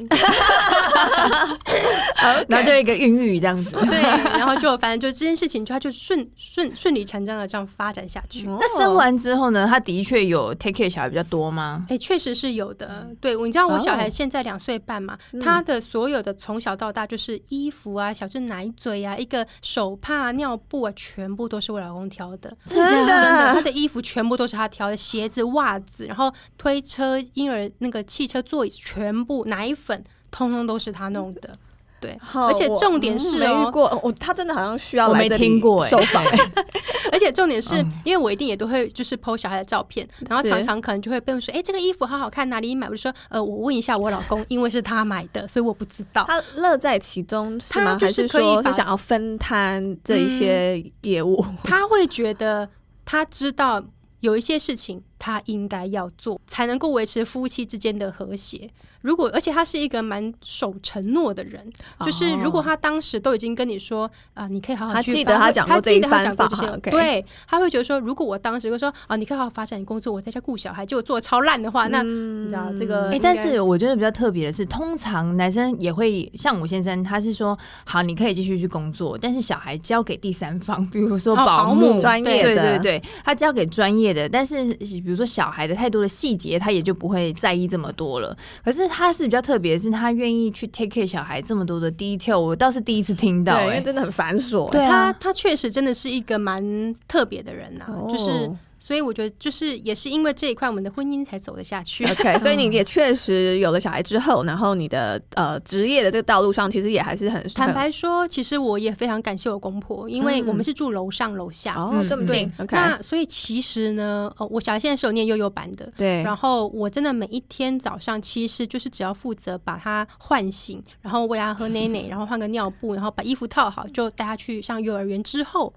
然后就一个孕育这样子， 对，然后就反正就这件事情它就顺理成章的这样发展下去。 那生完之后呢，他的确有 take care 小孩比较多吗？ 确实是有的。对，你知道我小孩现在2岁半嘛，他的所有的从小到大就是衣服啊、小只奶嘴啊、一个手帕、尿布啊，全部都是我老公挑的。 真的， 他的衣服全部都是他挑的，鞋子、袜子，然后推车、婴儿那个汽车座椅，全部奶粉通通都是他弄的。对，而且重点是没遇过他真的好像需要来这里我没听过受访而且重点是因为我一定也都会就是 po 小孩的照片，然后常常可能就会被问说这个衣服好好看，哪里买？我就说我问一下我老公，因为是他买的，所以我不知道。 他乐在其中是吗？ 他就是可以还是说是想要分摊这一些业务？ 他会觉得他知道有一些事情他应该要做，才能够维持夫妻之间的和谐。而且他是一个蛮守承诺的人，就是如果他当时都已经跟你说你可以好好去， 他记得他讲过这一番话， 对，他会觉得说，如果我当时会说你可以好好发展你工作，我在家顾小孩，结果做得超烂的话，那你知道这个但是我觉得比较特别的是，通常男生也会像我先生，他是说好，你可以继续去工作，但是小孩交给第三方，比如说保姆专业的， 对，他交给专业的，但是比如说小孩的太多的细节，他也就不会在意这么多了。可是他是比较特别的是，他愿意去 take care 小孩这么多的 detail， 我倒是第一次听到， 因为真的很繁琐。 对啊， 他确实真的是一个蛮特别的人就是。所以我觉得就是也是因为这一块，我们的婚姻才走得下去。 OK， 所以你也确实有了小孩之后，然后你的职业的这个道路上，其实也还是很坦白说，其实我也非常感谢我公婆，因为我们是住楼上楼下这么近。OK， 那所以其实呢，我小孩现在是有念幼幼班的， 对。 然后我真的每一天早上其实就是只要负责把他唤醒，然后喂他喝奶奶，然后换个尿布，然后把衣服套好，就带他去上幼儿园之后。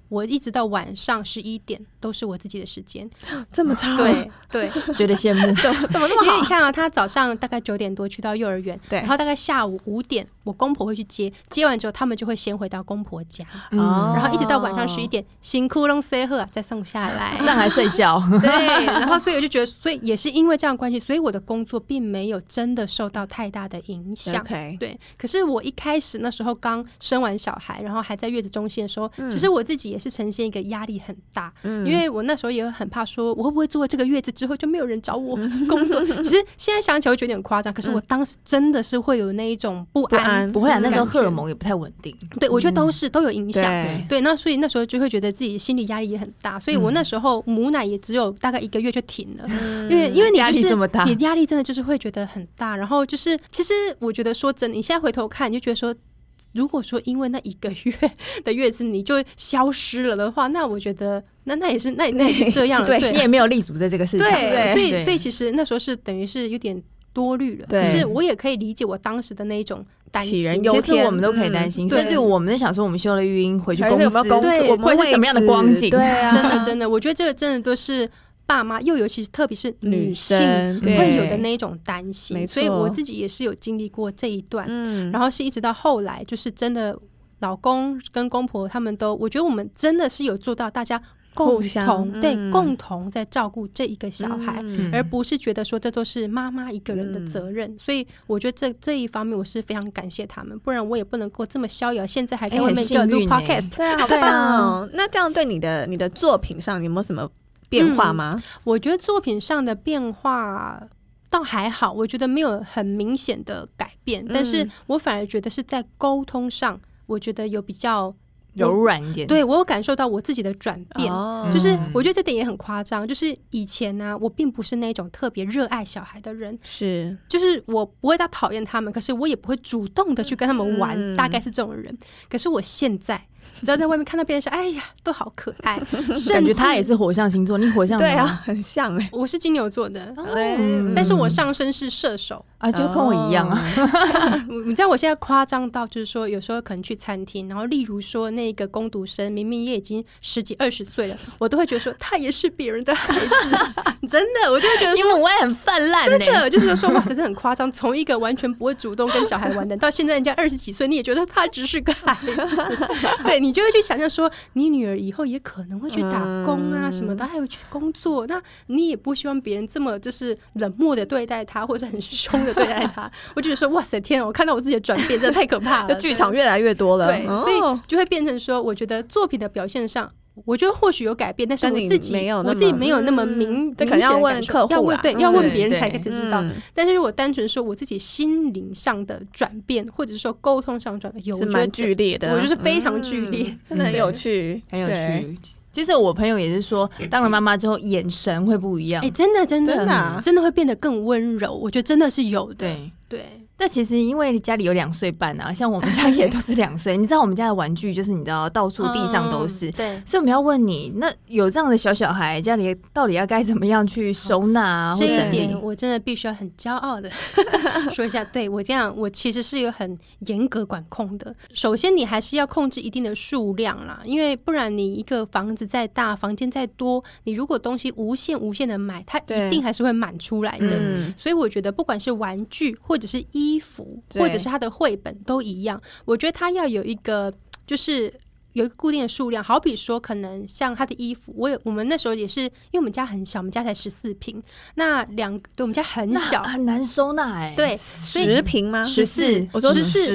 我一直到晚上11点都是我自己的时间， 这么长？ 对， 觉得羡慕， 怎么那么好？ 因为你看啊，他早上大概9点多去到幼儿园， 对， 然后大概下午5点，我公婆会去接完之后，他们就会先回到公婆家，然后一直到晚上11点，辛苦弄塞喝再送下来睡觉。 对，然后所以我就觉得，所以也是因为这样的关系，所以我的工作并没有真的受到太大的影响。对，可是我一开始那时候刚生完小孩，然后还在月子中心的时候，其实我自己也是呈现一个压力很大，因为我那时候也很怕说，我会不会做这个月子之后就没有人找我工作？其实现在想起来会觉得有点夸张，可是我当时真的是会有那一种不安。 不会啊，那时候荷尔蒙也不太稳定。 对，我觉得都有影响。对，那所以那时候就会觉得自己心理压力也很大，所以我那时候母奶也只有大概1个月就停了，因为你压力这么大， 你压力真的就是会觉得很大。然后就是其实我觉得说真的，你现在回头看，你就觉得说，如果说因为那1个月的月子你就消失了的话，那我觉得那也是那也是这样了。对， 你也没有立足在这个市场。 对，所以其实那时候是等于是有点多虑了。可是我也可以理解我当时的那一种担心。 其实我们都可以担心，甚至我们在想说，我们休了育婴回去公司， 对， 会是什么样的光景？ 对啊， 真的，我觉得这个真的都是爸妈，又尤其是特别是女性会有的那一种担心。所以我自己也是有经历过这一段，然后是一直到后来，就是真的老公跟公婆他们都，我觉得我们真的是有做到大家共同在照顾这一个小孩，而不是觉得说这都是妈妈一个人的责任。所以我觉得这一方面我是非常感谢他们，不然我也不能够这么逍遥，现在还在外面给我录 podcast。 对啊，好棒哦！那这样对你的作品上有没有什么变化吗？ 我觉得作品上的变化倒还好，我觉得没有很明显的改变，但是我反而觉得是在沟通上，我觉得有比较柔软一点。 对，我有感受到我自己的转变，就是我觉得这点也很夸张，就是以前呢，我并不是那种特别热爱小孩的人，就是我不会到讨厌他们，可是我也不会主动的去跟他们玩，大概是这种人。可是我现在只要在外面看到别人说哎呀都好可爱， 感觉他也是火象星座，你火象对啊，很像我是金牛座的，但是我上升是射手啊，就跟我一样啊。 你知道我现在夸张到就是说，有时候可能去餐厅，然后例如说那个工读生明明也已经10几20岁了，我都会觉得说他也是别人的孩子。真的，我就会觉得说， 因为我也很泛滥， 真的就是说哇，这是很夸张。从一个完全不会主动跟小孩玩的，到现在人家20几岁，你也觉得他只是个孩子。对，你就会去想象说，你女儿以后也可能会去打工啊什么的，还有去工作，那你也不希望别人这么就是冷漠的对待她，或者很凶的对待她。我就觉得说，哇塞，天啊，我看到我自己的转变，真的太可怕了。 就剧场越来越多了， 对，所以就会变成说，我觉得作品的表现上，我觉得或许有改变，但是我自己没有那么明， 这可能要问客户啦， 要问别人才可以知道。但是如果单纯说我自己心灵上的转变，或者是说沟通上转变， 是蛮剧烈的， 我就是非常剧烈， 真的很有趣， 很有趣。其实我朋友也是说，当了妈妈之后眼神会不一样。 真的会变得更温柔。我觉得真的是有的。对。 但其实因为家里有2岁半啊，像我们家也都是2岁，你知道我们家的玩具就是你知道到处地上都是， 对， 所以我们要问你，那有这样的小孩，家里到底要该怎么样去收纳啊，或整理？ 这一点我真的必须要很骄傲的说一下，对，我这样，我其实是有很严格管控的。首先，你还是要控制一定的数量啦，因为不然你一个房子再大，房间再多，你如果东西无限的买，它一定还是会满出来的。所以我觉得，不管是玩具或者是衣服或者是他的绘本都一样，我觉得他要有一个就是有一个固定的数量。好比说可能像他的衣服，我们那时候也是，因为我们家很小，我们家才14坪，那对我们家很小， 很难收纳对 ，10坪吗 ？14， 我说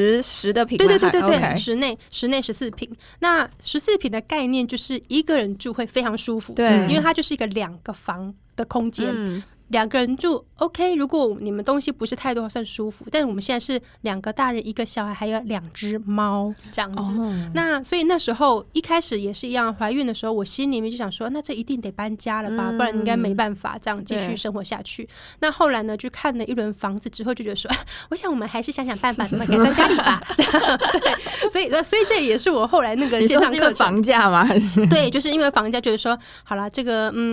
10的坪， 对，室内14坪。那14坪的概念就是一个人住会非常舒服，对，因为它就是一个2个房的空间。2个人住 OK， 如果你们东西不是太多算舒服，但我们现在是2个大人1个小孩还有2只猫这样子。那所以那时候一开始也是一样，怀孕的时候我心里面就想说，那这一定得搬家了吧，不然应该没办法这样继续生活下去。那后来呢，就看了一轮房子之后就觉得说，我想我们还是想办法怎么改善家里吧。对，所以这也是我后来那个线上课程。 你说是因为房价吗？还是对，就是因为房价，就是说好了，这个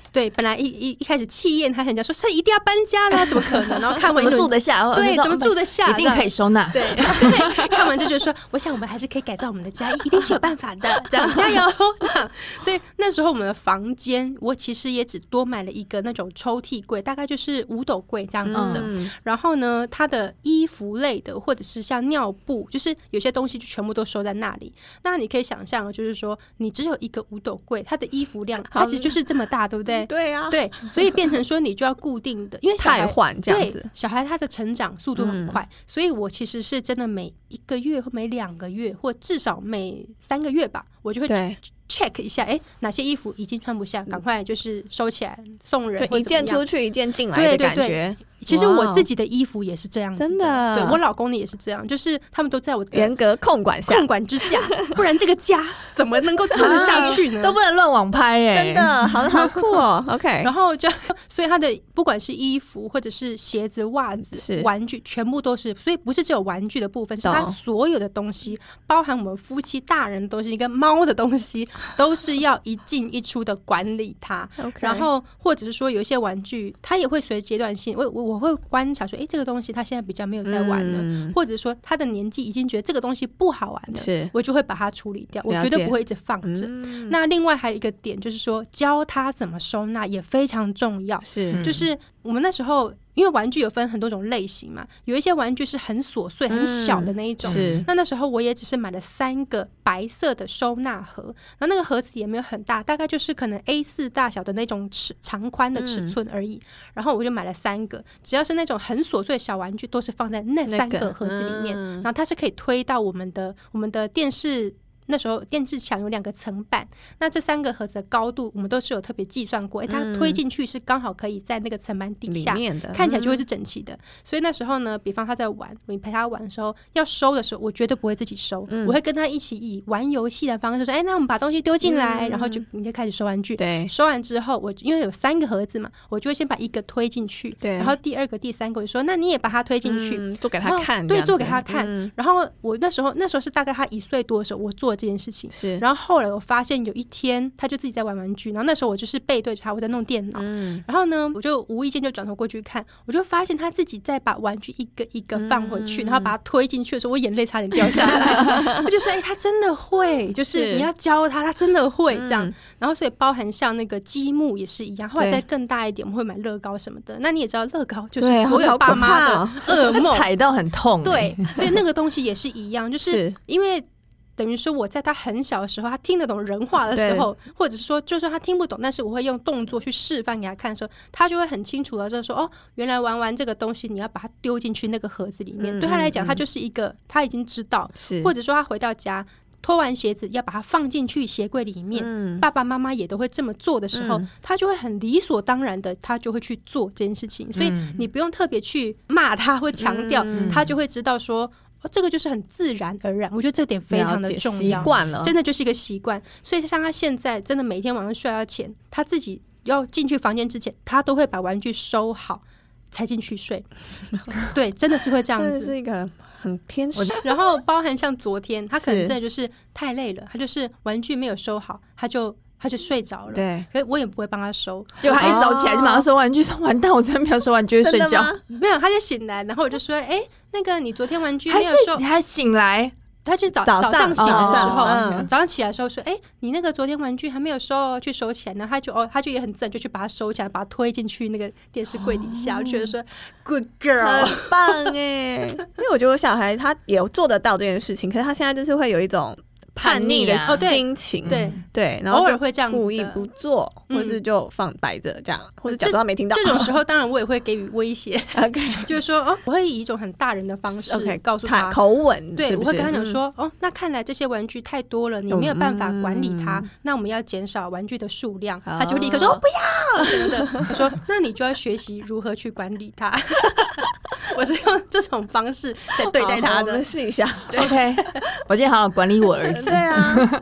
对，本来一开始气焰还很讲说是一定要搬家的，怎么可能？然后看完怎么住得下？ 对，怎么住得下？ 一定可以收纳。 对，看完就觉得说，我想我们还是可以改造我们的家，一定是有办法的。这样加油，这样。所以那时候我们的房间，我其实也只多买了一个那种抽屉柜，大概就是5斗柜这样子的。然后呢，它的衣服类的，或者是像尿布，就是有些东西就全部都收在那里。那你可以想象，就是说你只有一个5斗柜，它的衣服量，它其实就是这么大，对不对？ 对啊， 对，所以变成说你就要固定的，因为汰换这样子。 小孩他的成长速度很快，所以我其实是真的每1个月或每2个月，或至少每3个月吧，我就会check 一下，哪些衣服已经穿不下，赶快就是收起来送人， 一件出去一件进来的感觉。 对，其实我自己的衣服也是这样子的， 真的。 对，我老公的也是这样，就是他们都在我的严格控管之下，不然这个家怎么能够住得下去呢？ 都不能乱网拍真的，好酷哦。OK， 然后所以他的不管是衣服或者是鞋子、袜子、玩具，全部都是，所以不是只有玩具的部分，是他所有的东西，包含我们夫妻大人的东西跟猫的东西，都是要一进一出的管理它。然后或者是说有一些玩具，它也会随阶段性，我会观察说，这个东西它现在比较没有在玩了，或者说他的年纪已经觉得这个东西不好玩了，我就会把它处理掉，我绝对不会一直放着。那另外还有一个点就是说，教他怎么收纳也非常重要，就是我们那时候。因为玩具有分很多种类型嘛，有一些玩具是很琐碎、很小的那一种。那时候我也只是买了3个白色的收纳盒，然后那个盒子也没有很大，大概就是可能 A4 大小的那种长宽的尺寸而已。然后我就买了3个，只要是那种很琐碎的小玩具，都是放在那3个盒子里面。然后它是可以推到我们的电视。那时候电视墙有2个层板，那这3个盒子的高度我们都是有特别计算过，它推进去是刚好可以在那个层板底下，看起来就会是整齐的。所以那时候呢，比方他在玩，我陪他玩的时候，要收的时候，我绝对不会自己收，我会跟他一起以玩游戏的方式说，那我们把东西丢进来，然后你就开始收玩具。对，收完之后，我因为有3个盒子嘛，我就会先把1个推进去，然后第2个、第3个我就说，那你也把它推进去， 做给他看， 对，做给他看。然后我那时候是大概他1岁多的时候，我做这件事情。然后后来我发现有一天他就自己在玩玩具，然后那时候我就是背对着他，我在弄电脑，然后呢我就无意间就转头过去看，我就发现他自己在把玩具一个一个放回去，然后把它推进去的时候，我眼泪差点掉下来。我就说他真的会，就是你要教他真的会这样。然后所以包含像那个积木也是一样，后来再更大一点我们会买乐高什么的。那你也知道乐高就是所有爸妈的噩梦， 踩到很痛。 对，所以那个东西也是一样，就是因为等于说我在他很小的时候，他听得懂人话的时候，或者是说就算他听不懂，但是我会用动作去示范给他看的时候，他就会很清楚的就说原来玩完这个东西你要把它丢进去那个盒子里面。对他来讲，他就是一个他已经知道，或者说他回到家脱完鞋子要把它放进去鞋柜里面，爸爸妈妈也都会这么做的时候，他就会很理所当然的他就会去做这件事情。所以你不用特别去骂他或强调，他就会知道说这个就是很自然而然。我觉得这点非常的重要， 习惯了， 真的就是一个习惯。所以像他现在真的每天晚上睡觉前，他自己要进去房间之前，他都会把玩具收好才进去睡。对，真的是会这样子， 真的是一个很天使。 然后包含像昨天他可能真的就是太累了，他就是玩具没有收好，他就睡着了。对，可是我也不会帮他收， 结果他一早起来就马上收玩具，说完蛋，我昨天没有收玩具睡觉。 没有，他就醒来，然后我就说那个你昨天玩具没有收， 还醒来。 他就早上醒的时候，早上起来的时候说，你那个昨天玩具还没有收，去收起来。然后他就也很自然就去把它收起来，把它推进去那个电视柜底下。我觉得说 good girl， 很棒耶。因为我觉得我小孩他也做得到这件事情，可是他现在就是会有一种叛逆的心情，对，然后偶尔会这样子故意不做，或是就放摆着这样，或者假装没听到。 这种时候，当然我也会给予威胁，OK， 就是说我会以一种很大人的方式告诉他口吻， 对，我会跟他讲说，那看来这些玩具太多了，你没有办法管理它，那我们要减少玩具的数量。他就立刻说不要什么的，他说那你就要学习如何去管理它。我是用这种方式在对待他的， 我们试一下。 OK， 我今天好好管理我儿子。 对啊，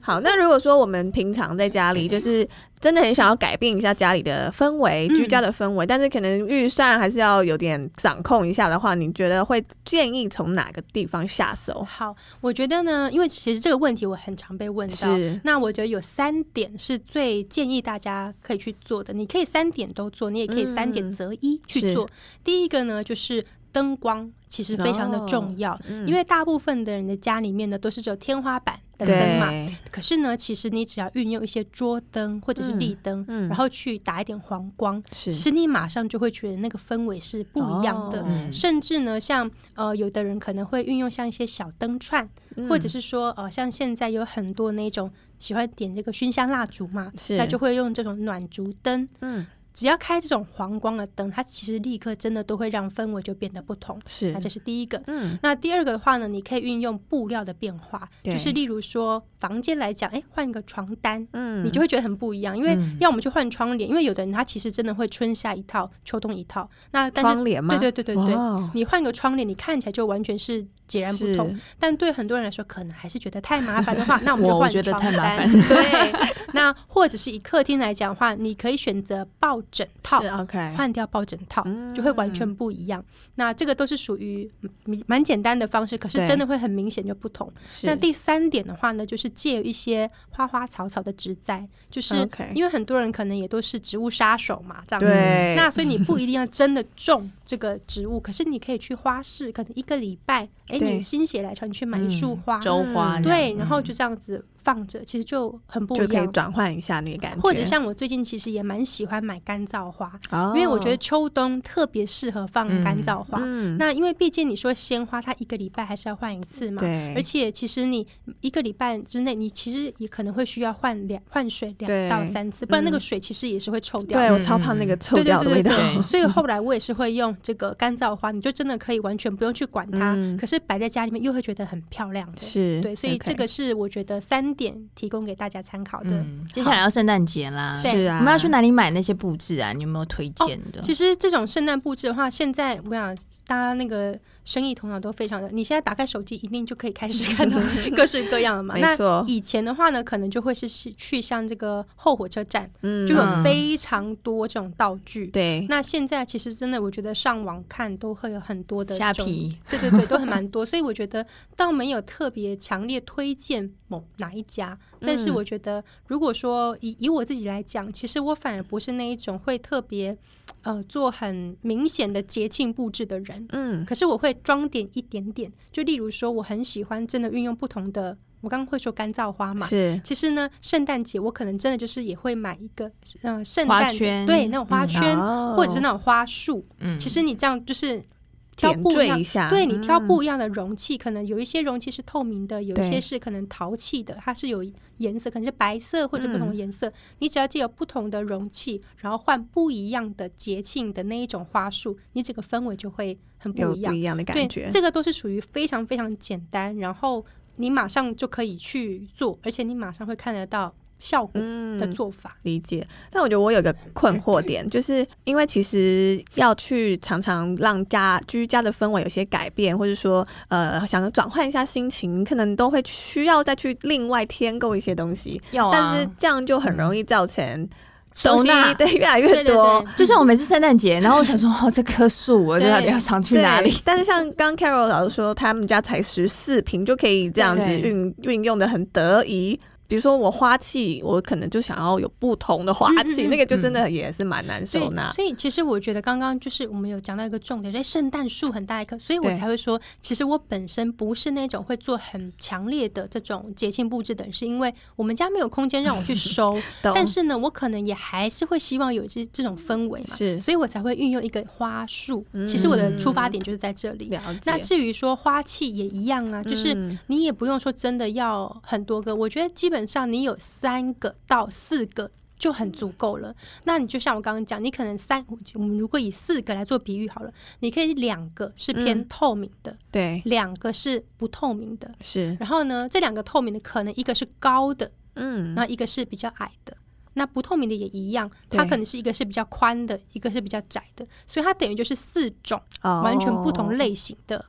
好，那如果说我们平常在家里就是真的很想要改变一下家里的氛围，居家的氛围，但是可能预算还是要有点掌控一下的话，你觉得会建议从哪个地方下手？ 好，我觉得呢，因为其实这个问题我很常被问到，那我觉得有3点是最建议大家可以去做的，你可以3点都做，你也可以3点择一去做。第一个呢，就是灯光其实非常的重要，因为大部分的人的家里面呢都是只有天花板的灯嘛，可是呢其实你只要运用一些桌灯或者是立灯，然后去打一点黄光，其实你马上就会觉得那个氛围是不一样的，甚至呢像有的人可能会运用像一些小灯串，或者是说像现在有很多那种喜欢点这个熏香蜡烛嘛，那就会用这种暖烛灯，只要开这种黄光的灯，它其实立刻真的都会让氛围就变得不同。那这是第一个。那第二个的话呢，你可以运用布料的变化，就是例如说房间来讲，换一个床单，你就会觉得很不一样。因为要我们去换窗帘，因为有的人他其实真的会春夏一套，秋冬一套。那但是窗帘吗？ 对，你换个窗帘，你看起来就完全是截然不同。但对很多人来说，可能还是觉得太麻烦的话，那我们就换床单。对，那或者是以客厅来讲的话，你可以选择抱枕套，换掉抱枕套，就会完全不一样。那这个都是属于蛮简单的方式，可是真的会很明显就不同。那第3点的话呢，就是借一些花花草草的植栽，就是因为很多人可能也都是植物杀手嘛，这样子。那所以你不一定要真的种这个植物，可是你可以去花市，可能1个礼拜，你心血来潮，你去买一束花， 周花， 对，然后就这样子放着，其实就很不一样， 就可以转换一下那个感觉。 或者像我最近其实也蛮喜欢买干燥花，因为我觉得秋冬特别适合放干燥花。那因为毕竟你说鲜花，它1个礼拜还是要换一次嘛，而且其实你1个礼拜之内，你其实也可能会需要换水2到3次，不然那个水其实也是会臭掉。 对，我超怕那个臭掉的味道。 所以后来我也是会用这个干燥花，你就真的可以完全不用去管它，可是摆在家里面又会觉得很漂亮的。对，所以这个是我觉得3点提供给大家参考的。 接下来要圣诞节啦， 是啊， 我们要去哪里买那些布置啊？你有没有推荐的？ 其实这种圣诞布置的话，现在我想大家那个生意头脑都非常的，你现在打开手机一定就可以开始看到各式各样的嘛。那以前的话呢，可能就会是去像这个后火车站，就有非常多这种道具。 对， 那现在其实真的，我觉得上网看都会有很多的虾皮， 对，都很蛮多。所以我觉得倒没有特别强烈推荐哪一家，但是我觉得如果说以我自己来讲，其实我反而不是那一种会特别做很明显的节庆布置的人，可是我会装点一点点，就例如说我很喜欢真的运用不同的，我刚刚会说干燥花嘛，其实呢圣诞节我可能真的就是也会买一个圣诞花圈， 对，那种花圈，或者是那种花束，其实你这样就是挑不一样，对，你挑不一样的容器，可能有一些容器是透明的，有一些是可能陶器的，它是有颜色，可能是白色或者不同的颜色，你只要借由不同的容器，然后换不一样的节庆的那一种花束，你整个氛围就会很不一样，有不一样的感觉。 对，这个都是属于非常非常简单，然后你马上就可以去做，而且你马上会看得到效果的做法。 理解。但我觉得我有一个困惑点，就是因为其实要去常常让居家的氛围有些改变，或者说想转换一下心情，你可能都会需要再去另外添购一些东西，但是这样就很容易造成收纳对越来越多。 对，就像我每次圣诞节，然后我想说这棵树我到底要藏去哪里？ 但是像刚 Carol 老师说，他们家才14坪就可以这样子运用的很得宜。比如说我花器，我可能就想要有不同的花器，那个就真的也是蛮难收纳。 所以其实我觉得刚刚就是我们有讲到一个重点，所以圣诞树很大一棵，所以我才会说，其实我本身不是那种会做很强烈的这种节庆布置的人，是因为我们家没有空间让我去收，但是呢，我可能也还是会希望有这种氛围嘛，所以我才会运用一个花束。其实我的出发点就是在这里。那至于说花器也一样啊，就是你也不用说真的要很多个，我觉得基本上你有3个到4个就很足够了。那你就像我刚刚讲，你可能我们如果以4个来做比喻好了，你可以2个是偏透明的， 对 ，2个是不透明的， 是。 然后呢，这2个透明的可能一个是高的，然后一个是比较矮的。那不透明的也一样，它可能是一个是比较宽的，一个是比较窄的，所以它等于就是4种完全不同类型的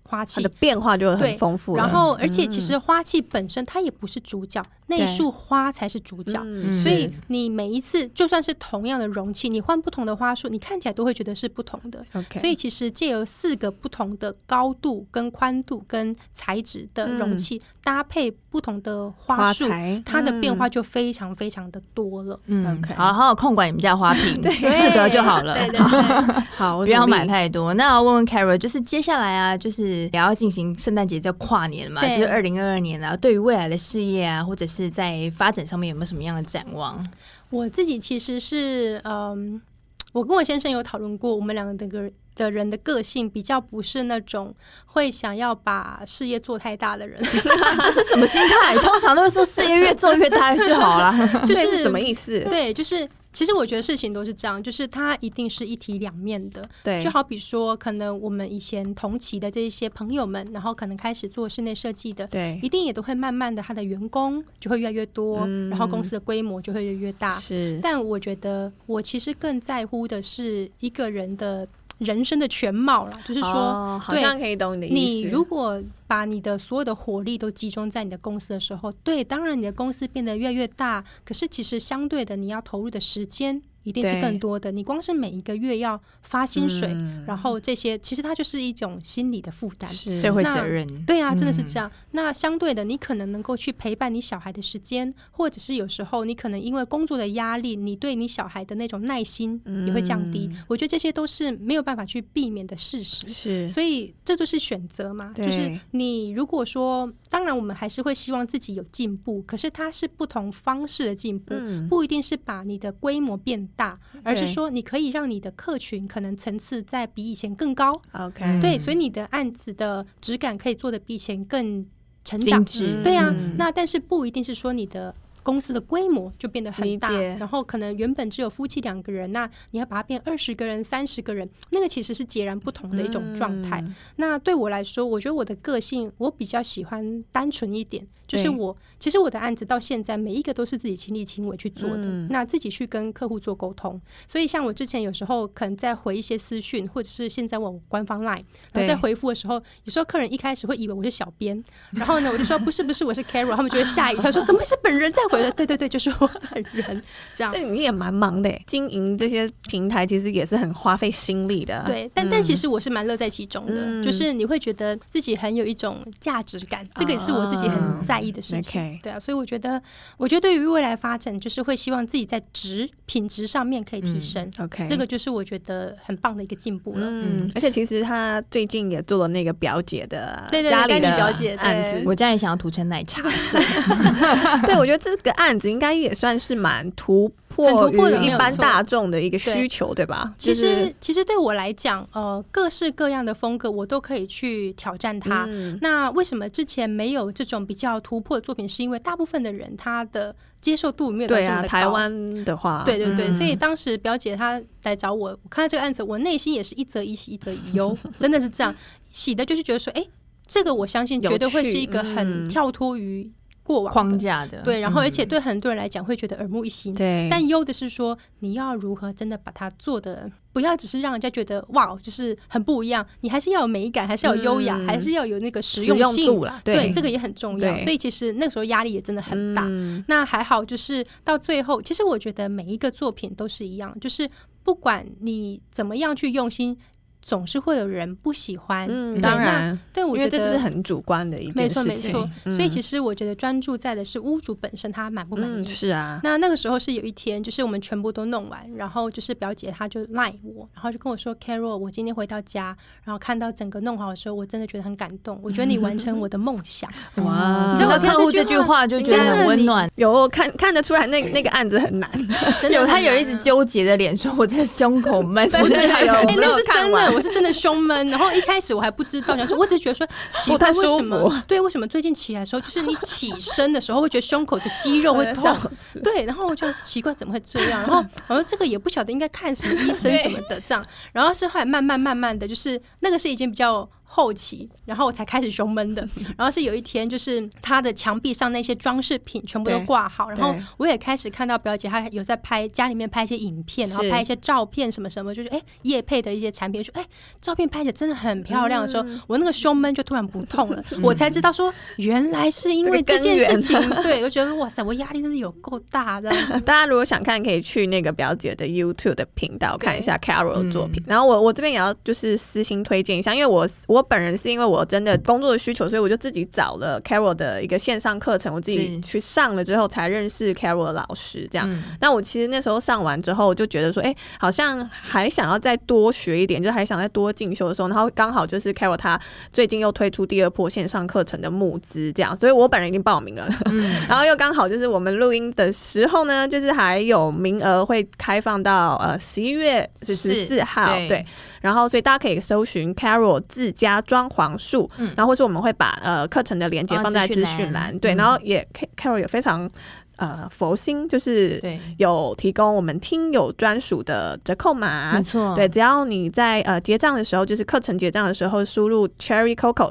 花器， 它的变化就很丰富了。 然后而且其实花器本身它也不是主角，那一束花才是主角，所以你每一次就算是同样的容器，你换不同的花束，你看起来都会觉得是不同的。所以其实借由4个不同的高度跟宽度跟材质的容器，搭配不同的花束，它的变化就非常非常的多了。 好好控管你们家花瓶，4个就好了。 对好， 不要买太多。那我问问 Carol， 就是接下来啊，就是也要进行圣诞节在跨年嘛，就是2022年啊，对于未来的事业啊，或者是在发展上面有没有什么样的展望？ 我自己其实是我跟我先生有讨论过，我们两个的人的个性比较不是那种会想要把事业做太大的人。 这是什么心态？通常都会说事业越做越大就好了。 就是什么意思？ 对，就是其实我觉得事情都是这样，就是它一定是一体两面的。对，就好比说，可能我们以前同期的这些朋友们，然后可能开始做室内设计的，对，一定也都会慢慢的，他的员工就会越来越多，然后公司的规模就会越来越大。是，但我觉得我其实更在乎的是一个人的人生的全貌啦，就是说， 好像可以懂你的意思。 你如果把你的所有的火力都集中在你的公司的时候，对，当然你的公司变得越来越大，可是其实相对的，你要投入的时间一定是更多的。你光是每一个月要发薪水，然后这些其实它就是一种心理的负担， 社会责任。 对啊，真的是这样。那相对的，你可能能够去陪伴你小孩的时间，或者是有时候你可能因为工作的压力，你对你小孩的那种耐心也会降低。我觉得这些都是没有办法去避免的事实。是，所以这就是选择嘛。就是你如果说，当然我们还是会希望自己有进步，可是它是不同方式的进步，不一定是把你的规模变大，而是说你可以让你的客群可能层次再比以前更高。OK， 对，所以你的案子的质感可以做得比以前更成长。对啊，那但是不一定是说你的公司的规模就变得很大，然后可能原本只有夫妻2个人，那你要把它变20个人、30个人，那个其实是截然不同的一种状态。那对我来说，我觉得我的个性，我比较喜欢单纯一点，就是其实我的案子到现在每一个都是自己亲力亲为去做的，那自己去跟客户做沟通。所以像我之前有时候可能在回一些私讯，或者是现在我官方 LINE， 然后在回复的时候，有时候客人一开始会以为我是小编，然后呢我就说不是我是 Carol， 他们就会吓一跳，说怎么是本人在回？对，就是我本人这样。 对，你也蛮忙的，经营这些平台其实也是很花费心力的。 对，但其实我是蛮乐在其中的，就是你会觉得自己很有一种价值感，这个也是我自己很在意的事情。对啊，所以我觉得对于未来发展，就是会希望自己在品质上面可以提升。这个就是我觉得很棒的一个进步了。 而且其实他最近也做了那个表姐的家里的表姐案子， 我家也想要涂成奶茶色。 对，我觉得这个案子应该也算是蛮突破于一般大众的一个需求，对吧？ 其实对我来讲，各式各样的风格我都可以去挑战它。那为什么之前没有这种比较突破的作品？是因为大部分的人他的接受度没有这么的高。 台湾的话， 对，所以当时表姐她来找我，我看到这个案子，我内心也是一则以喜，一则以忧，真的是这样。喜的就是觉得说，这个我相信绝对会是一个很跳脱于过往框架的， 对，然后而且对很多人来讲会觉得耳目一新，对。但优的是说，你要如何真的把它做的，不要只是让人家觉得哇，就是很不一样，你还是要有美感，还是要有优雅，还是要有那个实用性度啦， 对，这个也很重要。所以其实那个时候压力也真的很大。那还好，就是到最后，其实我觉得每一个作品都是一样，就是不管你怎么样去用心，总是会有人不喜欢。 当然， 对，我觉得因为这是很主观的一件事情。 没错。所以其实我觉得专注在的是屋主本身他满不满意。 是啊。 那个时候是有一天，就是我们全部都弄完，然后就是表姐她就赖我，然后就跟我说 Carol， 我今天回到家，然后看到整个弄好的时候，我真的觉得很感动。我觉得你完成我的梦想。 哇！你知道客户这句话就觉得很温暖。 有看得出来那个案子很难。 真的，他有一直纠结的脸，说我这胸口闷。 我真的那是真的。我是真的胸闷，然后一开始我还不知道，我只是觉得说奇怪，为什么？对，为什么最近起来的时候，就是你起身的时候会觉得胸口的肌肉会痛？对，然后我就奇怪怎么会这样？然后我说这个也不晓得应该看什么医生什么的这样。然后是后来慢慢的，就是那个是已经比较后期，然后我才开始胸闷的。然后是有一天，就是他的墙壁上那些装饰品全部都挂好，然后我也开始看到表姐她有在拍家里面拍一些影片，然后拍一些照片什么什么，就是业配的一些产品，说照片拍起来真的很漂亮的时候，我那个胸闷就突然不痛了，我才知道说原来是因为这件事情。对，我觉得哇塞，我压力真是有够大的。 大家如果想看，可以去那个表姐的 YouTube 的频道看一下 Carol 的作品。然后我这边也要就是私心推荐一下，因为我本人是因为我真的工作的需求，所以我就自己找了 Carol 的一个线上课程，我自己去上了之后才认识 Carol 的老师这样。那我其实那时候上完之后，我就觉得说好像还想要再多学一点，就还想再多进修的时候，然后刚好就是 Carol 他最近又推出第2波线上课程的募资这样，所以我本人已经报名了。然后又刚好就是我们录音的时候呢，就是还有名额会开放到11月14号，对。然后所以大家可以搜寻 Carol 自家装潢术，然后或是我们会把课程的连结放在资讯栏，对。然后也 Carol 有非常佛心，就是有提供我们听友专属的折扣码， 没错， 对，只要你在结账的时候，就是课程结账的时候输入 Cherry Coco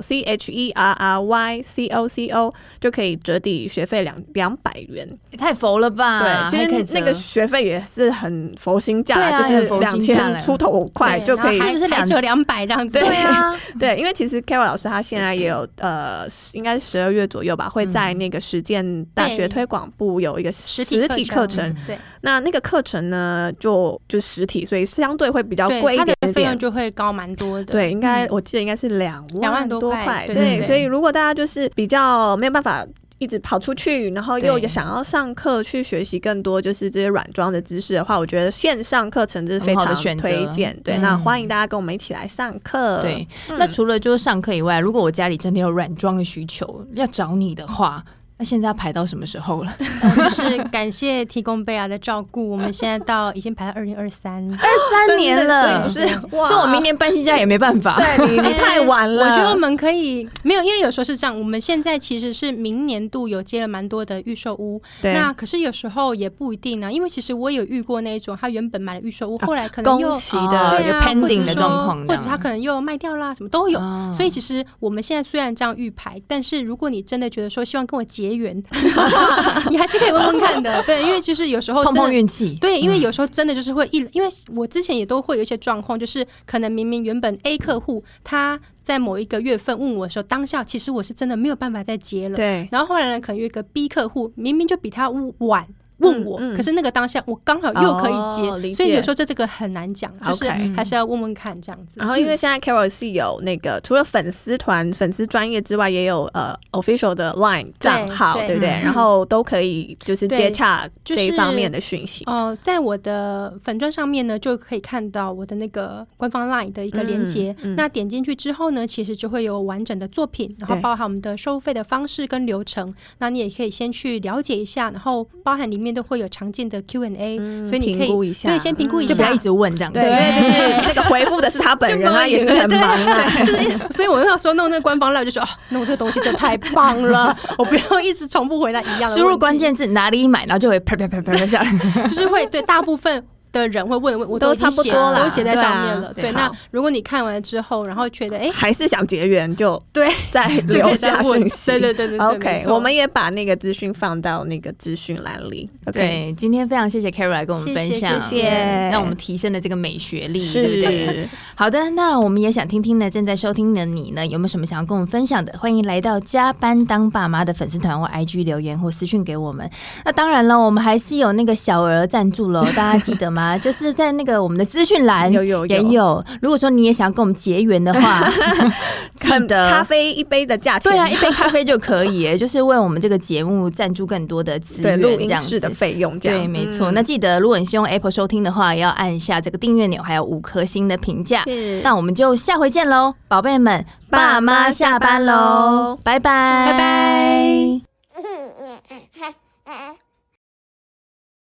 CHERRY COCO 就可以折抵学费200元， 太佛了吧？ 对，其实那个学费也是很佛心价，就是2000出头块就可以， 是不是200这样子？ 对啊， 对，因为其实 Carol 老师他现在也有应该是12月左右吧，会在那个实践大学推广部有一个实体课程， 对， 那个课程呢就实体，所以相对会比较贵一点点， 它的费用就会高蛮多的。 对，应该我记得应该是2万多块， 对， 所以如果大家就是比较没有办法一直跑出去，然后又想要上课去学习更多就是这些软装的知识的话，我觉得线上课程是非常推荐。对，那欢迎大家跟我们一起来上课。 对，那除了就是上课以外，如果我家里真的有软装的需求要找你的话，那现在要排到什么时候了？ 就是感谢提供贝亚的照顾，我们现在已经排到2023 年了，所以我明年搬新家也没办法。 对，你太晚了。 我觉得我们可以没有，因为有时候是这样，我们现在其实是明年度有接了蛮多的预售屋，那可是有时候也不一定呢，因为其实我有遇过那种他原本买了预售屋，后来可能又工期的有 pending 的状况， 或者他可能又卖掉啦，什么都有。所以其实我们现在虽然这样预排，但是如果你真的觉得说希望跟我结缘，你还是可以问问看的。对，因为就是有时候碰碰运气。 对，因为有时候真的就是会因为我之前也都会有一些状况，就是可能明明原本 A 客户他在某一个月份问我的时候，当下其实我是真的没有办法再接了。 对， 然后后来呢，可能有一个 B 客户明明就比他晚问我，可是那个当下我刚好又可以接，所以有时候这个很难讲，就是还是要问问看这样子。 然后因为现在 Carol 是有那个除了粉丝团、粉丝专页之外，也有official 的 Line 账号，对不对？然后都可以就是接洽这一方面的讯息。 在我的粉专上面呢，就可以看到我的那个官方 Line 的一个连结。那点进去之后呢，其实就会有完整的作品，然后包含我们的收费的方式跟流程。那你也可以先去了解一下，然后包含里面都会有常见的 Q&A，所以你可以对先评估一下， 就不要一直问这样子。 对，那个回复的是他本人，他也是很忙啊。 所以我那时候弄那个官方 Line 就说那我这个东西真的太棒了，我不要一直重复回答一样的。 输入关键字哪里买，然后就会啪啪啪啪啪下来， 就是会对大部分的人会问，我都差不多了， 都写在上面了。对，那如果你看完之后，然后觉得还是想结缘，就对， 再留下讯息。 对 OK， 我们也把那个资讯放到那个资讯栏里。 对，今天非常谢谢 Carol 来跟我们分享， 谢谢， 让我们提升了这个美学力，对不对？好的，那我们也想听听呢，正在收听的你呢，有没有什么想要跟我们分享的？欢迎来到加班当爸妈的粉丝团或 IG 留言或私讯给我们。那当然了，我们还是有那个小额赞助了，大家记得吗？就是在那个我们的资讯栏也有。如果说你也想要跟我们结缘的话，记得咖啡一杯的价钱， 对啊，一杯咖啡就可以耶，就是为我们这个节目赞助更多的资源， 录音室的费用这样。 对，没错。那记得，如果你是用 Apple 收听的话，也要按下这个订阅钮，还有5颗星的评价。那我们就下回见喽，宝贝们，爸妈下班喽，拜拜， 拜拜。